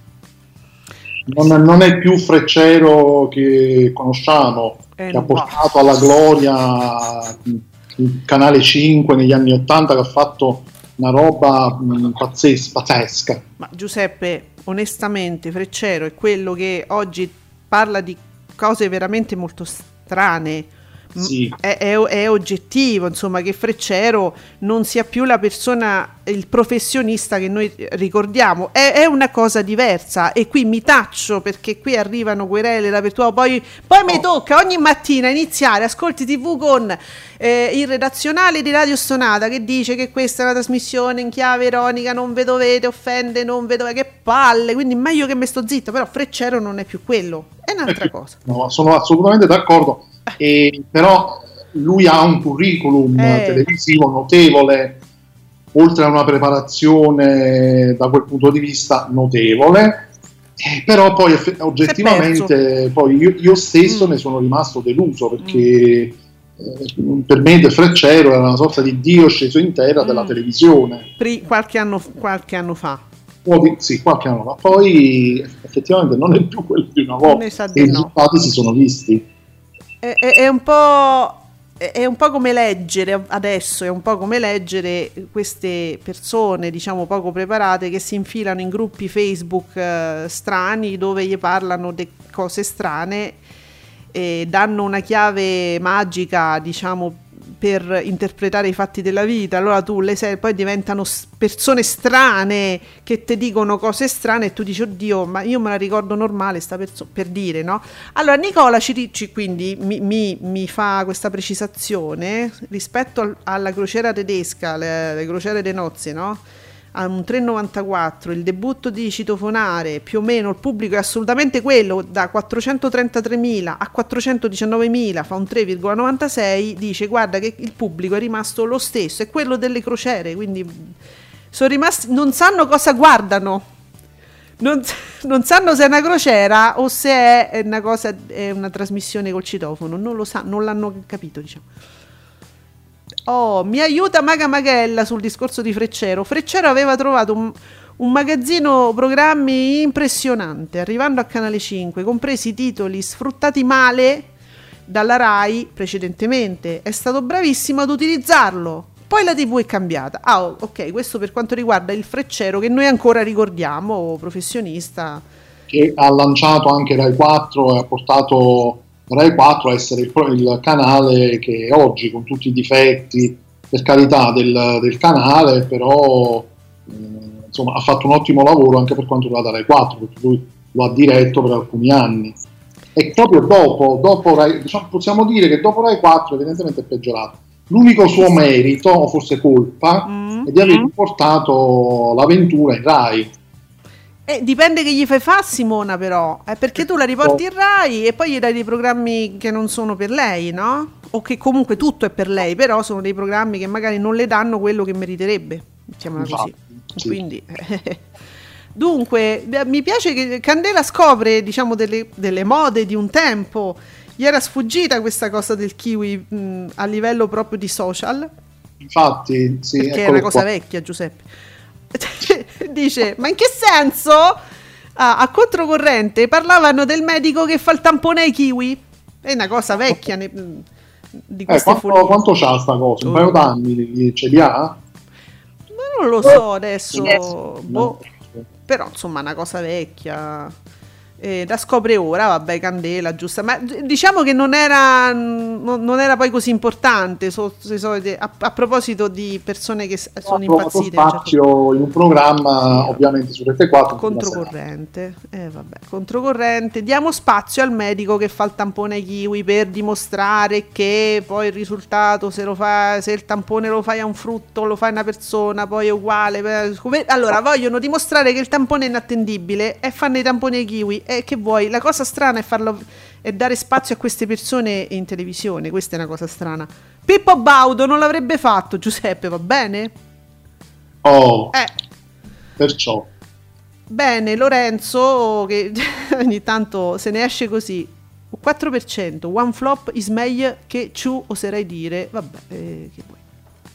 Non, non è più Freccero che conosciamo, eh, che no. ha portato alla gloria il Canale cinque negli anni ottanta, che ha fatto una roba mh, pazzesca, pazzesca. Ma Giuseppe, onestamente Freccero è quello che oggi parla di cose veramente molto strane. Sì. È, è, è oggettivo, insomma, che Freccero non sia più la persona, il professionista che noi ricordiamo. È, è una cosa diversa, e qui mi taccio perché qui arrivano querele dappertutto. Poi, poi oh. mi tocca ogni mattina iniziare Ascolti tivù con eh, il redazionale di Radio Stonata che dice che questa è una trasmissione in chiave ironica, non ve dovete offende, non ve dovete, che palle, quindi meglio che me sto zitta. Però Freccero non è più quello, è un'altra cosa. No, sono assolutamente d'accordo. E però lui ha un curriculum eh. televisivo notevole, oltre a una preparazione da quel punto di vista notevole, eh, però poi eff- oggettivamente poi io, io stesso mm. ne sono rimasto deluso, perché mm. eh, per me De Freccero era una sorta di dio sceso in terra mm. della televisione. Pri- qualche anno, qualche anno fa Di, sì, qualche anno fa. Poi effettivamente non è più quello di una volta, e i risultati si sono visti. È, è, è un po' è un po' come leggere adesso, è un po' come leggere queste persone, diciamo, poco preparate, che si infilano in gruppi Facebook eh, strani, dove gli parlano di cose strane e danno una chiave magica, diciamo, per interpretare i fatti della vita. Allora tu le sei, poi diventano persone strane che ti dicono cose strane e tu dici: oddio, ma io me la ricordo normale sta persona, per dire, no? Allora Nicola Cirici quindi mi, mi, mi fa questa precisazione rispetto al, alla crociera tedesca, le, le crociere de nozze, no? A un tre virgola novantaquattro, il debutto di Citofonare, più o meno il pubblico è assolutamente quello, da quattrocentotrentatremila a quattrocentodiciannovemila, fa un tre virgola novantasei. Dice: guarda che il pubblico è rimasto lo stesso, è quello delle crociere, quindi sono rimasti, non sanno cosa guardano, non, non sanno se è una crociera o se è una cosa, è una trasmissione col citofono, non lo sa, non l'hanno capito, diciamo. Oh, mi aiuta Maga Maghella sul discorso di Freccero. Freccero aveva trovato un, un magazzino programmi impressionante, arrivando a Canale cinque, compresi i titoli sfruttati male dalla Rai precedentemente. È stato bravissimo ad utilizzarlo. Poi la tivù è cambiata. Ah, ok, questo per quanto riguarda il Freccero che noi ancora ricordiamo, professionista. Che ha lanciato anche Rai quattro e ha portato Rai quattro a essere il, il canale che oggi, con tutti i difetti, per carità, del, del canale, però eh, insomma ha fatto un ottimo lavoro anche per quanto riguarda Rai quattro, perché lui lo ha diretto per alcuni anni. E proprio dopo, dopo Rai, diciamo, possiamo dire che dopo Rai quattro evidentemente è peggiorato. L'unico suo merito, o forse colpa, mm. è di aver portato l'avventura in Rai. Eh, dipende che gli fai fa, Simona, però, eh, perché tu la riporti in Rai e poi gli dai dei programmi che non sono per lei, no? o che comunque tutto è per lei, però sono dei programmi che magari non le danno quello che meriterebbe, mettiamola così. Sì. Quindi dunque mi piace che Candela scopre, diciamo, delle, delle mode di un tempo. Gli era sfuggita questa cosa del kiwi mh, a livello proprio di social. Infatti, sì, perché è una cosa qua. Vecchia, Giuseppe. Dice, ma in che senso? Ah, a controcorrente parlavano del medico che fa il tampone ai kiwi. È una cosa vecchia ne, di queste eh, quanto, quanto c'ha sta cosa? Un oh. paio d'anni ce li ha? Ma non lo so adesso. Boh. Però insomma una cosa vecchia. Eh, la scopre ora, vabbè, Candela, giusta, ma diciamo che non era non, non era poi così importante. So, so, so, a, a proposito di persone che sono no, impazzite, spazio certo. In un programma ovviamente su Rete quattro controcorrente, eh, vabbè, controcorrente, diamo spazio al medico che fa il tampone ai kiwi per dimostrare che poi il risultato, se lo fa, se il tampone lo fai a un frutto, lo fai a una persona, poi è uguale. Allora vogliono dimostrare che il tampone è inattendibile e fanno i tamponi ai kiwi. Eh, che vuoi? La cosa strana è farlo, è dare spazio a queste persone in televisione. Questa è una cosa strana. Pippo Baudo non l'avrebbe fatto, Giuseppe, va bene? Oh, eh. Perciò bene, Lorenzo che ogni tanto se ne esce così. Quattro per cento, one flop is meglio che ciù oserei dire. Vabbè, eh, che vuoi?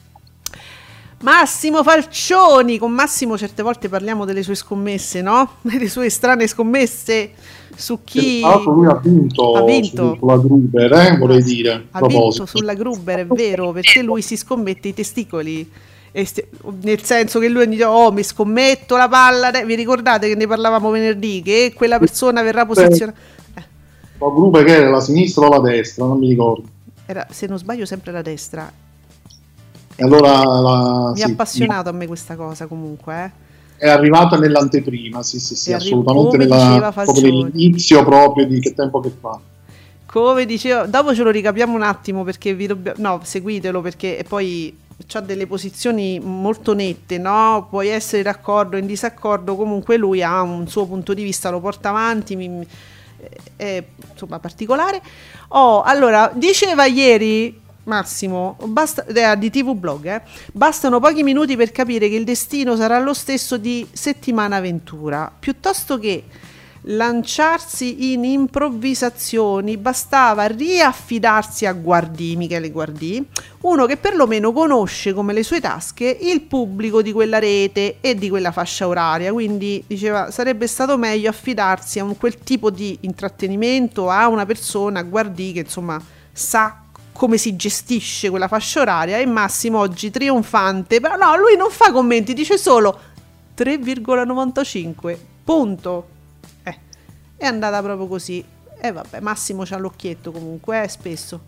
Massimo Falcioni, con Massimo certe volte parliamo delle sue scommesse, no? Delle sue strane scommesse su chi... Ah, lui ha vinto, ha vinto. Su, sulla Gruber, eh, vorrei dire. Ha vinto sulla Gruber, è vero, perché lui si scommette i testicoli. St- nel senso che lui dice, oh, mi scommetto la palla. Vi ricordate che ne parlavamo venerdì? Che quella persona verrà posizionata... Eh. La Gruber che era la sinistra o la destra, non mi ricordo. Era, se non sbaglio, sempre la destra. E allora la, mi ha sì, appassionato mi... a me questa cosa comunque eh. È arrivata nell'anteprima, sì sì sì, arri- assolutamente nella, proprio nell'inizio proprio di Che tempo che fa. Come dicevo, dopo ce lo ricapiamo un attimo perché vi dobbiamo, no, seguitelo perché poi c'ha delle posizioni molto nette, no? Puoi essere d'accordo o in disaccordo, comunque lui ha un suo punto di vista, lo porta avanti, mi, è insomma particolare. Oh, allora, diceva ieri Massimo, basta, eh, di T V Blog, eh, bastano pochi minuti per capire che il destino sarà lo stesso di Settimana Ventura. Piuttosto che lanciarsi in improvvisazioni, bastava riaffidarsi a Guardì, Michele Guardì, uno che perlomeno conosce come le sue tasche il pubblico di quella rete e di quella fascia oraria. Quindi diceva sarebbe stato meglio affidarsi a un, quel tipo di intrattenimento, a una persona, Guardì, che insomma sa come si gestisce quella fascia oraria. E Massimo oggi trionfante, però no, lui non fa commenti, dice solo tre virgola novantacinque, punto. Eh, è andata proprio così. E eh, vabbè, Massimo c'ha l'occhietto comunque, eh, spesso.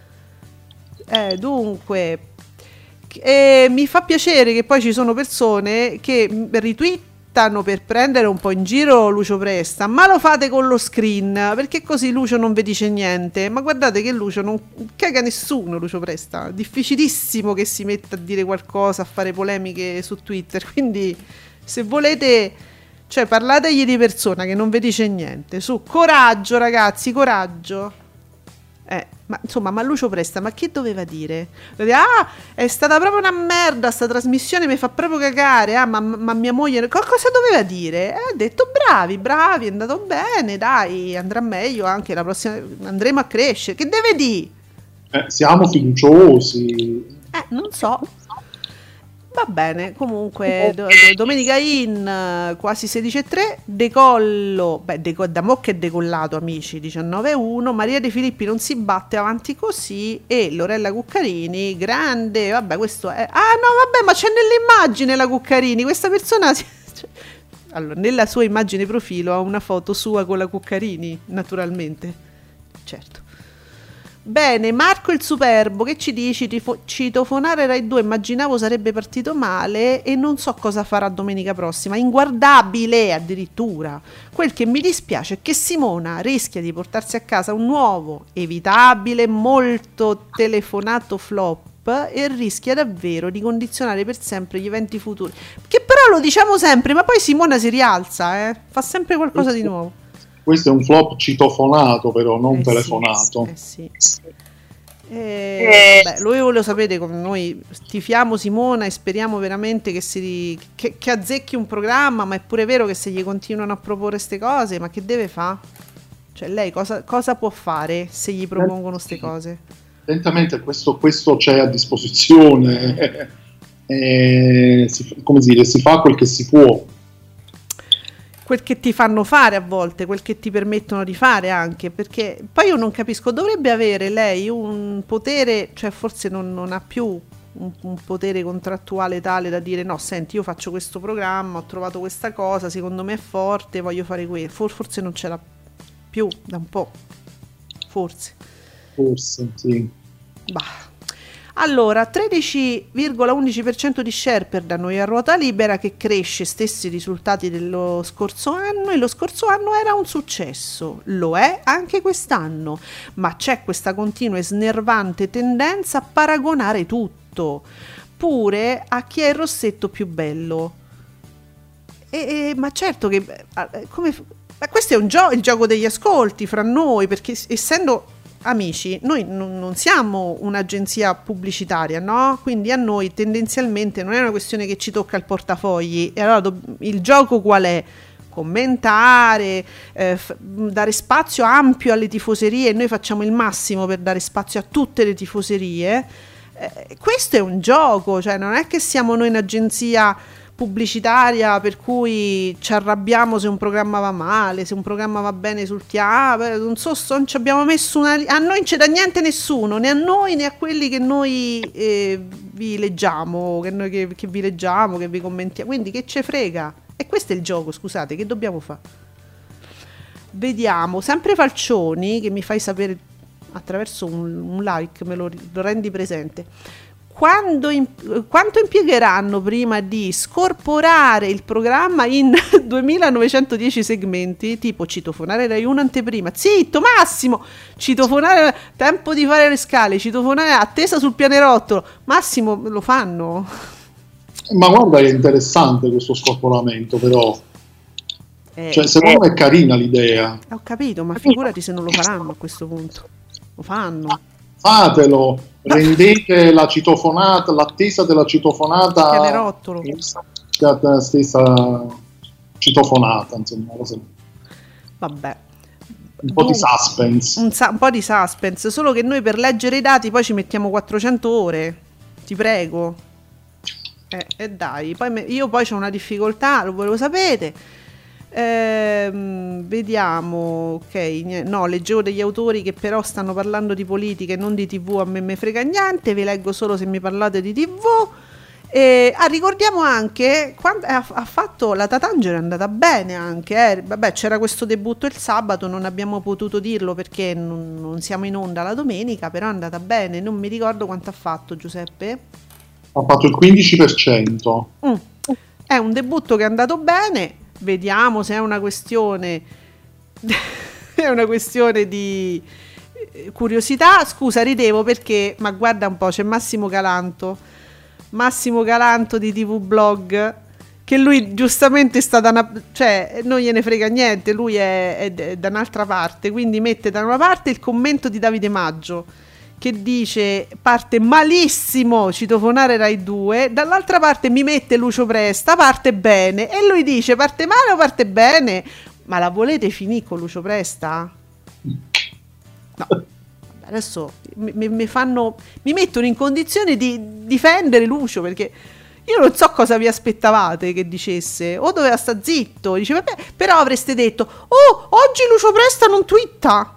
Eh, dunque, eh, mi fa piacere che poi ci sono persone che retweet per prendere un po' in giro Lucio Presta, ma lo fate con lo screen perché così Lucio non vi dice niente. Ma guardate che Lucio non caga nessuno, Lucio Presta, difficilissimo che si metta a dire qualcosa, a fare polemiche su Twitter, quindi se volete, cioè, parlategli di persona che non vi dice niente. Su, coraggio ragazzi, coraggio. Eh, ma insomma, ma Lucio Presta, ma che doveva dire? Ah, è stata proprio una merda sta trasmissione, mi fa proprio cagare. Ah, ma, ma mia moglie, co- cosa doveva dire? Eh, ha detto bravi, bravi, è andato bene, dai, andrà meglio anche la prossima, andremo a crescere. Che deve dire? Eh, siamo fiduciosi. Eh, non so. Va bene, comunque do, do, Domenica in quasi sedici e tre, decollo, beh, deco, da mo' che è decollato amici, diciannove e uno, Maria De Filippi non si batte avanti così e Lorella Cuccarini, grande, vabbè questo è, ah no vabbè ma c'è nell'immagine la Cuccarini, questa persona, cioè, allora nella sua immagine profilo ha una foto sua con la Cuccarini, naturalmente, certo. Bene, Marco il Superbo, che ci dici? Tifo- citofonare Rai due, immaginavo sarebbe partito male e non so cosa farà domenica prossima, inguardabile addirittura. Quel che mi dispiace è che Simona rischia di portarsi a casa un nuovo, evitabile, molto telefonato flop e rischia davvero di condizionare per sempre gli eventi futuri. Che però lo diciamo sempre, ma poi Simona si rialza, eh? Fa sempre qualcosa di nuovo. Questo è un flop citofonato, però non eh telefonato. Sì, eh sì. E, vabbè, voi lo sapete come noi tifiamo Simona e speriamo veramente che, si, che, che azzecchi un programma, ma è pure vero che se gli continuano a proporre queste cose, ma che deve fare? Cioè lei cosa, cosa può fare se gli propongono queste cose? Lentamente questo, questo c'è a disposizione, eh, si, come dire, si fa quel che si può. Quel che ti fanno fare a volte, quel che ti permettono di fare anche, perché poi io non capisco, dovrebbe avere lei un potere, cioè forse non, non ha più un, un potere contrattuale tale da dire no, senti, io faccio questo programma, ho trovato questa cosa, secondo me è forte, voglio fare questo, forse non ce l'ha più da un po', forse. Forse, sì. Bah. Allora, tredici virgola undici per cento di share per da noi a ruota libera, che cresce, stessi risultati dello scorso anno, e lo scorso anno era un successo, lo è anche quest'anno, ma c'è questa continua e snervante tendenza a paragonare tutto, pure a chi è il rossetto più bello. E, e, ma certo che come, ma questo è un gio- il gioco degli ascolti fra noi, perché essendo amici, noi non, non siamo un'agenzia pubblicitaria, no? Quindi a noi tendenzialmente non è una questione che ci tocca il portafogli, e allora do- il gioco qual è? Commentare, eh, f- dare spazio ampio alle tifoserie, e noi facciamo il massimo per dare spazio a tutte le tifoserie. Eh, questo è un gioco, cioè non è che siamo noi un'agenzia pubblicitaria per cui ci arrabbiamo se un programma va male, se un programma va bene sul teatro, non so, non ci abbiamo messo una, a noi non c'è da niente nessuno, né a noi né a quelli che noi eh, vi leggiamo, che, noi, che, che vi leggiamo, che vi commentiamo, quindi che ce frega. E questo è il gioco, scusate, che dobbiamo fare? Vediamo, sempre Falcioni, che mi fai sapere attraverso un, un like, me lo, lo rendi presente. Quando imp- quanto impiegheranno prima di scorporare il programma in duemilanovecentodieci segmenti, tipo citofonare Rai uno anteprima, zitto Massimo, citofonare tempo di fare le scale, citofonare attesa sul pianerottolo, Massimo, lo fanno? Ma guarda, è interessante questo scorporamento, però eh, cioè secondo me è carina l'idea. Ho capito, ma figurati se non lo faranno a questo punto. Lo fanno. Fatelo, rendete la citofonata, l'attesa della citofonata pianerottolo, la stessa citofonata, insomma, cosa. Vabbè, un po' Dunque, di suspense un, sa- un po' di suspense, solo che noi per leggere i dati poi ci mettiamo quattrocento ore, ti prego, e eh, eh dai, poi me- io poi c'ho una difficoltà, lo volevo sapere. Ehm, vediamo, ok, no, leggevo degli autori che però stanno parlando di politica e non di tv, a me me frega niente, vi leggo solo se mi parlate di tv. E, ah, ricordiamo anche quando ha, ha fatto la Tatangelo, è andata bene anche, eh. Vabbè, c'era questo debutto il sabato, non abbiamo potuto dirlo perché non, non siamo in onda la domenica, però è andata bene, non mi ricordo quanto ha fatto Giuseppe. Ha fatto il quindici per cento. Mm. È un debutto che è andato bene. Vediamo se è una questione è una questione di curiosità. Scusa, ridevo perché, ma guarda un po', c'è Massimo Galanto Massimo Galanto di T V Blog, che lui giustamente sta da una, cioè non gliene frega niente, lui è, è, è da un'altra parte, quindi mette da una parte il commento di Davide Maggio che dice parte malissimo citofonare Rai due, dall'altra parte mi mette Lucio Presta, parte bene, e lui dice parte male o parte bene? Ma la volete finire con Lucio Presta? No, adesso mi, mi fanno, mi mettono in condizione di difendere Lucio, perché io non so cosa vi aspettavate che dicesse, o doveva sta zitto, dice vabbè, però avreste detto oh, oggi Lucio Presta non twitta.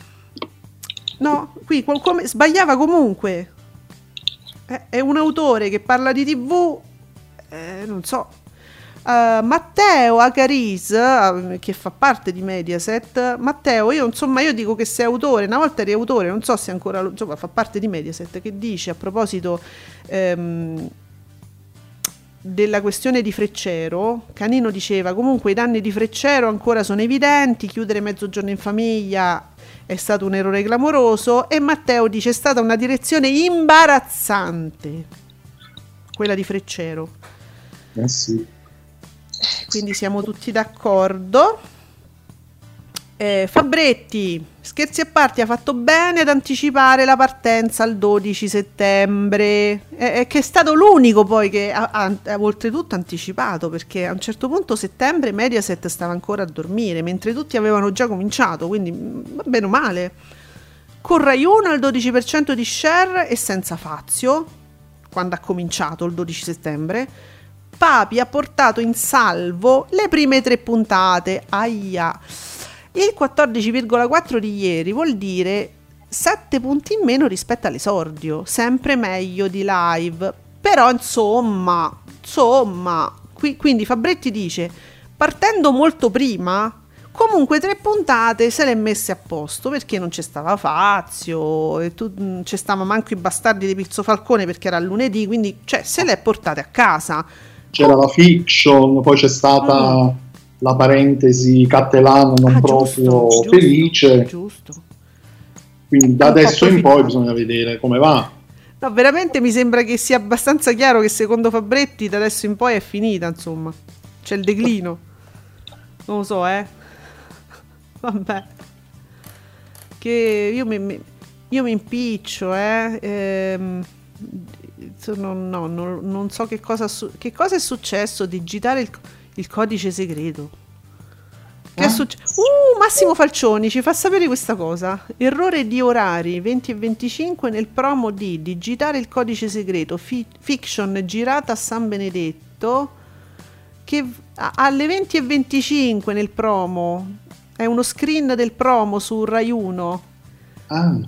No, qui come, sbagliava comunque. Eh, è un autore che parla di tv, eh, non so. Uh, Matteo Acaris, uh, che fa parte di Mediaset. Matteo, io insomma, io dico che sei autore, una volta eri autore, non so se ancora, insomma, fa parte di Mediaset, che dice a proposito ehm, della questione di Freccero. Canino diceva comunque i danni di Freccero ancora sono evidenti, chiudere Mezzogiorno in famiglia è stato un errore clamoroso, e Matteo dice è stata una direzione imbarazzante quella di Freccero. Eh sì. Quindi siamo tutti d'accordo. Eh, Fabretti, scherzi a parte, ha fatto bene ad anticipare la partenza al dodici settembre, eh, che è stato l'unico poi che ha, ha, ha oltretutto anticipato, perché a un certo punto settembre Mediaset stava ancora a dormire mentre tutti avevano già cominciato, quindi va bene o male. Con Rai uno al dodici per cento di share e senza Fazio quando ha cominciato il dodici settembre. Papi ha portato in salvo le prime tre puntate. Aia. Il quattordici virgola quattro di ieri vuol dire sette punti in meno rispetto all'esordio, sempre meglio di live, però insomma, insomma, qui, quindi Fabretti dice, partendo molto prima, comunque tre puntate se le è messe a posto, perché non c'è stava Fazio, e tu, non c'è stava manco i bastardi di Pizzo Falcone perché era lunedì, quindi cioè se le è portate a casa. C'era oh. la fiction, poi c'è stata... Mm. la parentesi Cattelan non ah, proprio giusto, felice, giusto. Quindi da adesso in poi bisogna vedere come va. No, veramente mi sembra che sia abbastanza chiaro che secondo Fabretti da adesso in poi è finita, insomma c'è il declino, non lo so, eh vabbè, che io mi, io mi impiccio, eh ehm, no, no, no, non so che cosa, che cosa è successo, digitare il il codice segreto. Che eh? è successo? Uh, Massimo Falcioni ci fa sapere questa cosa. Errore di orari venti e venticinque nel promo di digitare il codice segreto. Fi- fiction girata a San Benedetto. Che a- alle venti e venticinque nel promo. È uno screen del promo su Rai uno. Ah.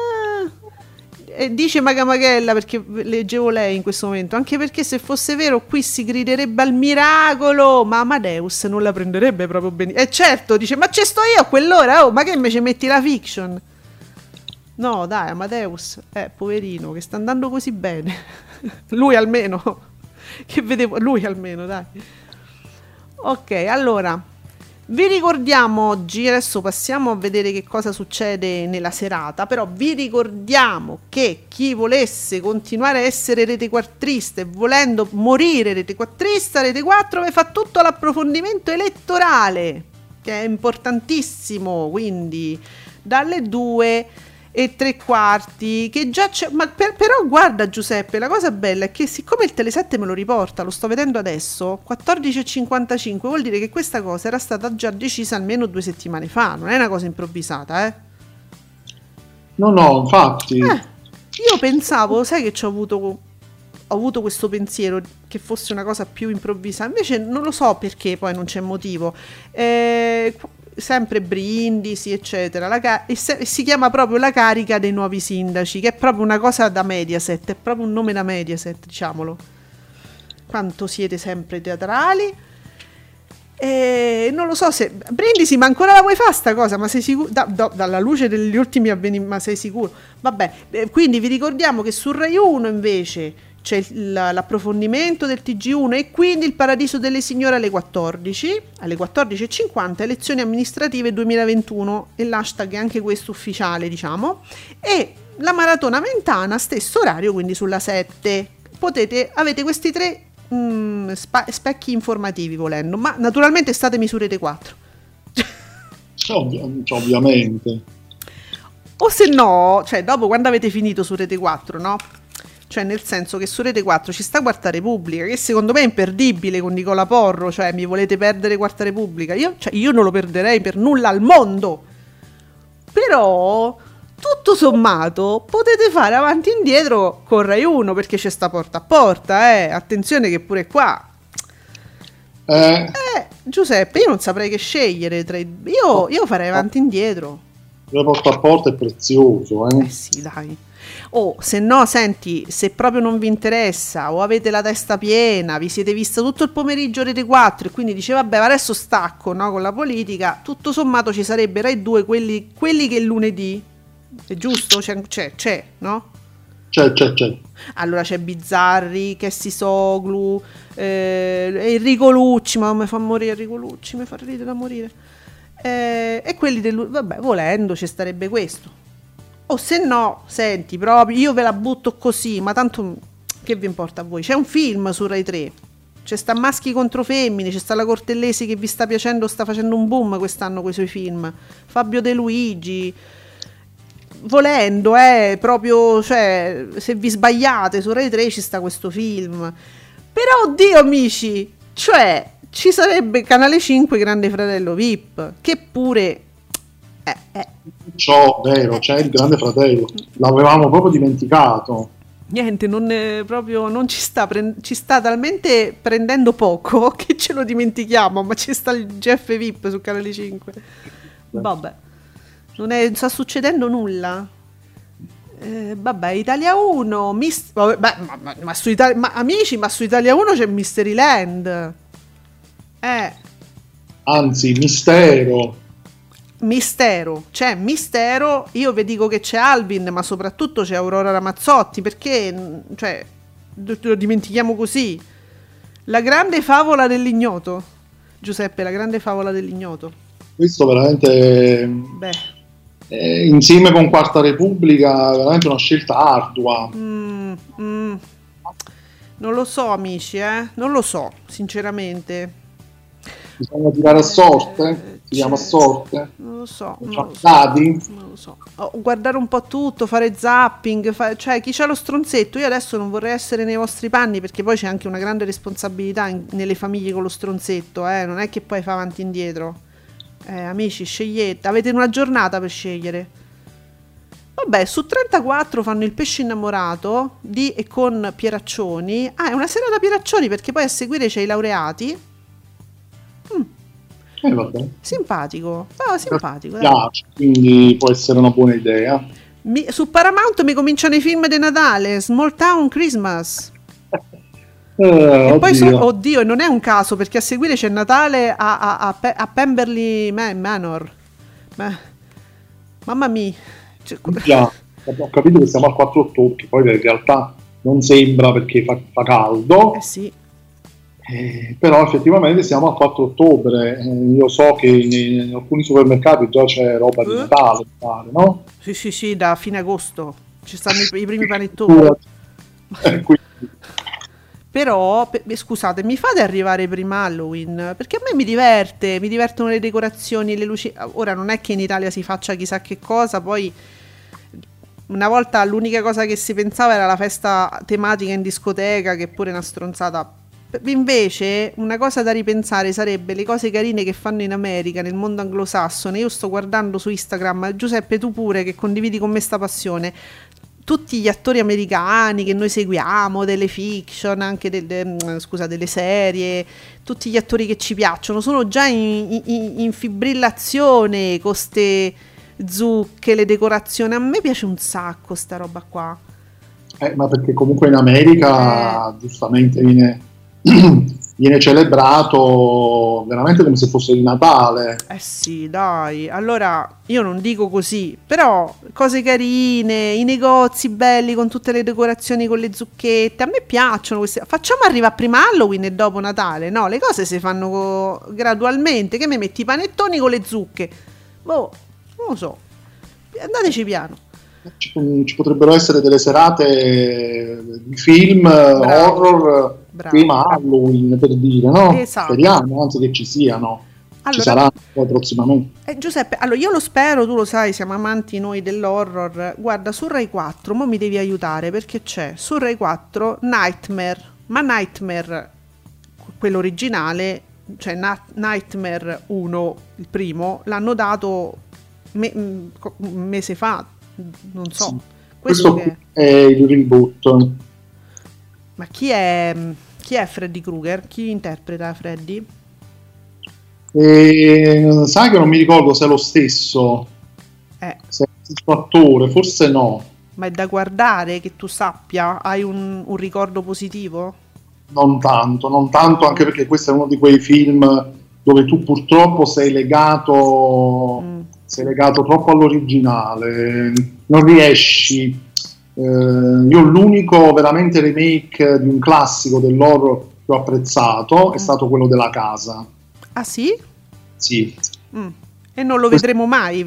E dice Magamagella, perché leggevo lei in questo momento, anche perché se fosse vero qui si griderebbe al miracolo, ma Amadeus non la prenderebbe proprio bene. E eh certo, dice, ma ci sto io a quell'ora, oh, ma che invece metti la fiction? No dai, Amadeus, eh poverino, che sta andando così bene. Lui almeno, che vedevo, lui almeno, dai. Ok, allora vi ricordiamo oggi, adesso passiamo a vedere che cosa succede nella serata, però vi ricordiamo che chi volesse continuare a essere retequattrista e volendo morire retequattrista, Rete quattro vi fa tutto l'approfondimento elettorale, che è importantissimo, quindi dalle due e tre quarti, che già c'è, ma per, però guarda Giuseppe, la cosa bella è che siccome il Telesette me lo riporta, lo sto vedendo adesso, quattordici e cinquantacinque, vuol dire che questa cosa era stata già decisa almeno due settimane fa, non è una cosa improvvisata, eh? No, no, infatti. Eh, io pensavo, sai che ci ho avuto, ho avuto questo pensiero che fosse una cosa più improvvisata, invece non lo so perché, poi non c'è motivo. Eh... sempre Brindisi eccetera, la ca- e se- si chiama proprio la carica dei nuovi sindaci, che è proprio una cosa da Mediaset, è proprio un nome da Mediaset, diciamolo, quanto siete sempre teatrali. E non lo so se Brindisi, ma ancora la vuoi fare sta cosa, ma sei sicuro? Da, da, dalla luce degli ultimi avvenimenti, ma sei sicuro? Vabbè, eh, quindi vi ricordiamo che su Rai uno invece c'è il, l'approfondimento del T G uno e quindi il Paradiso delle Signore alle quattordici, alle quattordici e cinquanta, elezioni amministrative duemilaventuno, e l'hashtag è anche questo ufficiale, diciamo, e la Maratona Mentana stesso orario, quindi sulla sette. Potete, avete questi tre mh, spa, specchi informativi volendo, ma naturalmente statemi su Rete quattro. Ovvi- ovviamente. O se no, cioè dopo quando avete finito su Rete quattro, no? Cioè nel senso che su Rete quattro ci sta Quarta Repubblica, che secondo me è imperdibile con Nicola Porro, cioè mi volete perdere Quarta Repubblica? Io, cioè, io non lo perderei per nulla al mondo, però tutto sommato potete fare avanti e indietro con Rai uno, perché c'è sta Porta a Porta, eh, attenzione che pure qua eh, eh Giuseppe, io non saprei che scegliere tra i... io, io farei avanti e indietro. Il Porta a Porta è prezioso, eh? Eh sì, dai. O oh, se no, senti, se proprio non vi interessa o avete la testa piena, vi siete vista tutto il pomeriggio Rete quattro e quindi dice vabbè, adesso stacco, no, con la politica, tutto sommato ci sarebbe Rai due, quelli, quelli che il lunedì, è giusto? C'è, c'è, c'è no? C'è, c'è, c'è. Allora c'è Bizzarri, Kessi Soglu, eh, Enrico Lucci, ma mi fa morire Enrico Lucci, mi fa ridere da morire. Eh, e quelli del, vabbè, volendo ci starebbe questo. O se no, senti, proprio io ve la butto così, ma tanto che vi importa a voi? C'è un film su Rai tre C'è sta maschi contro femmine, c'è sta la Cortellesi che vi sta piacendo, sta facendo un boom quest'anno con i suoi film. Fabio De Luigi. Volendo, eh, proprio, cioè, se vi sbagliate, su Rai tre ci sta questo film. Però, oddio, amici, cioè, ci sarebbe Canale cinque Grande Fratello V I P, che pure... Eh, eh. Ciò, vero, c'è il Grande Fratello. L'avevamo proprio dimenticato. Niente, non è proprio, non ci sta, prend- ci sta talmente prendendo poco che ce lo dimentichiamo, ma ci sta il G F V I P su Canale cinque. Vabbè, non, è, non sta succedendo nulla. Eh, vabbè, Italia uno, mis- vabbè, beh, ma, ma, ma su Italia, ma, amici, ma su Italia uno c'è Mysteryland. Eh. Anzi, Mistero. Mistero, c'è Mistero, io vi dico che c'è Alvin, ma soprattutto c'è Aurora Ramazzotti, perché, cioè, lo dimentichiamo così. La grande favola dell'ignoto, Giuseppe, la grande favola dell'ignoto. Questo veramente, beh, eh, insieme con Quarta Repubblica, veramente una scelta ardua. Mm, mm, non lo so, amici, eh, non lo so, sinceramente. Bisogna tirare a sorte, tiriamo a sorte. Non lo so, non lo so, non lo so. Oh, guardare un po' tutto, fare zapping, fa- cioè chi c'ha lo stronzetto. Io adesso non vorrei essere nei vostri panni, perché poi c'è anche una grande responsabilità in- nelle famiglie con lo stronzetto, eh? Non è che poi fa avanti e indietro. Eh, amici, scegliete, avete una giornata per scegliere. Vabbè, su trentaquattro fanno Il pesce innamorato di e con Pieraccioni. Ah, è una sera da Pieraccioni, perché poi a seguire c'è I laureati. Mm. Eh, vabbè. Simpatico, no, simpatico. Mi piace, quindi può essere una buona idea. Mi, su Paramount mi cominciano i film di Natale, Small Town Christmas. Eh, e oddio. poi so, oddio, e non è un caso, perché a seguire c'è Natale a, a, a, Pe- a Pemberley Man- Manor. Ma, mamma mia. Cioè, Già, ho capito che siamo al quattro ottobre, poi in realtà non sembra perché fa, fa caldo. Eh sì. Eh, però effettivamente siamo al quattro ottobre. Eh, io so che in, in alcuni supermercati già c'è roba di Natale, pare, no? Sì, sì, sì, da fine agosto ci stanno i, i primi panettoni. Eh, quindi. Però, per, scusate, mi fate arrivare prima Halloween? Perché a me mi diverte, mi divertono le decorazioni, le luci. Ora non è che in Italia si faccia chissà che cosa, poi una volta l'unica cosa che si pensava era la festa tematica in discoteca, che pure è una stronzata. Invece una cosa da ripensare sarebbe le cose carine che fanno in America, nel mondo anglosassone. Io sto guardando su Instagram, Giuseppe, tu pure che condividi con me sta passione, tutti gli attori americani che noi seguiamo, delle fiction, anche delle, scusa, delle serie, tutti gli attori che ci piacciono sono già in, in, in fibrillazione con ste zucche, le decorazioni. A me piace un sacco sta roba qua. Eh, ma perché comunque in America eh. giustamente viene viene celebrato veramente come se fosse il Natale. Eh sì, dai. Allora, io non dico così, però cose carine, i negozi belli con tutte le decorazioni con le zucchette, a me piacciono queste. Facciamo arrivare prima Halloween e dopo Natale, no? Le cose si fanno co- gradualmente, che mi metti i panettoni con le zucche. Boh, non lo so. Andateci piano. Ci, ci potrebbero essere delle serate di film Bravo. horror Bravo. prima Halloween, per dire, no? Esatto. Speriamo anzi che ci siano. Allora, ci saranno poi prossimamente. Eh, Giuseppe, allora io lo spero, tu lo sai, siamo amanti noi dell'horror. Guarda, su Rai quattro, mo mi devi aiutare, perché c'è su Rai quattro Nightmare, ma Nightmare, quello originale, cioè Na- Nightmare uno, il primo, l'hanno dato me- un mese fa, non so. Sì. Questo, Questo che è il reboot. Ma chi è, chi è Freddy Krueger? Chi interpreta Freddy? E, sai che non mi ricordo se è lo stesso, Eh. se è lo stesso attore, forse no. Ma è da guardare, che tu sappia? Hai un, un ricordo positivo? Non tanto, non tanto, anche perché questo è uno di quei film dove tu purtroppo sei legato, mm. sei legato troppo all'originale, non riesci. Eh, io l'unico veramente remake di un classico dell'horror che ho apprezzato mm. è stato quello della Casa. Ah sì? Sì. Mm. E non lo vedremo mai?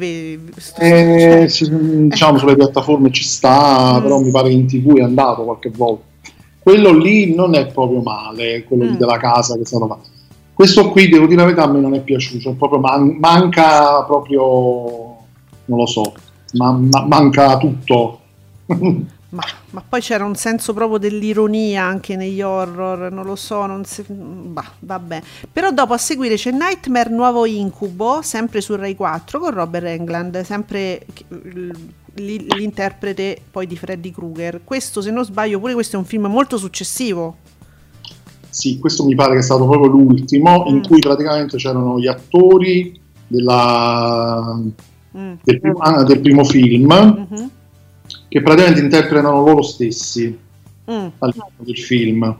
Eh, sì, diciamo sulle piattaforme ci sta, mm. però mi pare che in tivù è andato qualche volta. quello lì non è proprio male, quello Mm. lì della casa che è stato fatto. Questo qui, devo dire la verità, a me non è piaciuto, è proprio man- manca proprio, non lo so, ma- ma- manca tutto. Ma, ma poi c'era un senso proprio dell'ironia anche negli horror, non lo so, non si, bah, vabbè. Però dopo a seguire c'è Nightmare Nuovo Incubo, sempre su Rai quattro, con Robert Englund, sempre l- l'interprete poi di Freddy Krueger. Questo, se non sbaglio, pure questo è un film molto successivo. Sì, questo mi pare che è stato proprio l'ultimo, in Mm. cui praticamente c'erano gli attori della, Mm. del, primo, ah, del primo film, Mhm. che praticamente interpretano loro stessi Mm. all'interno del film.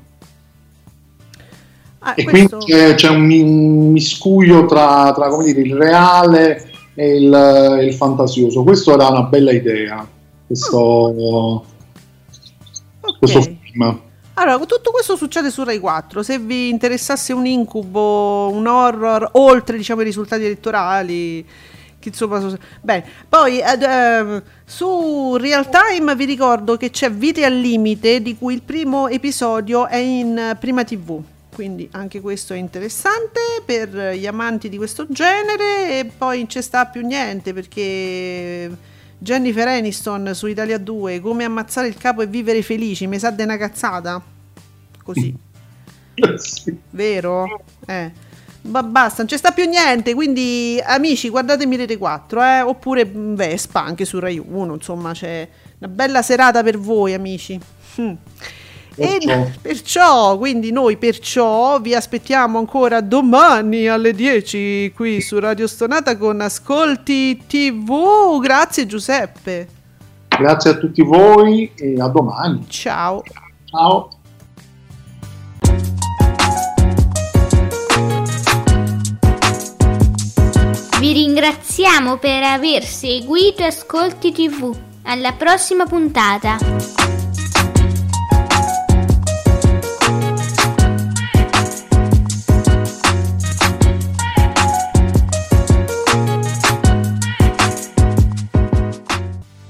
Ah, E questo- quindi c'è, c'è un mi- un miscuglio tra, tra, come dire, il reale e il, il fantasioso. Questo era una bella idea, questo, questo film. Allora, tutto questo succede su Rai quattro. Se vi interessasse un incubo, un horror, oltre diciamo i risultati elettorali, che insomma, so- bene. Poi ed, ehm, su Real Time vi ricordo che c'è Vite al limite, di cui il primo episodio è in eh, Prima T V. Quindi anche questo è interessante per gli amanti di questo genere. E poi non ci sta più niente, perché Jennifer Aniston su Italia due, Come ammazzare il capo e vivere felici, mi sa de una cazzata così, vero? Eh. Ma basta, non ci sta più niente, quindi amici guardatemi Rete quattro, eh? Oppure Vespa anche su Rai uno, insomma c'è una bella serata per voi amici. Hm. Perciò. E perciò, quindi noi perciò vi aspettiamo ancora domani alle dieci qui su Radio Stonata con Ascolti tivù. Grazie Giuseppe. Grazie a tutti voi e a domani. Ciao. Ciao. Vi ringraziamo per aver seguito Ascolti tivù. Alla prossima puntata.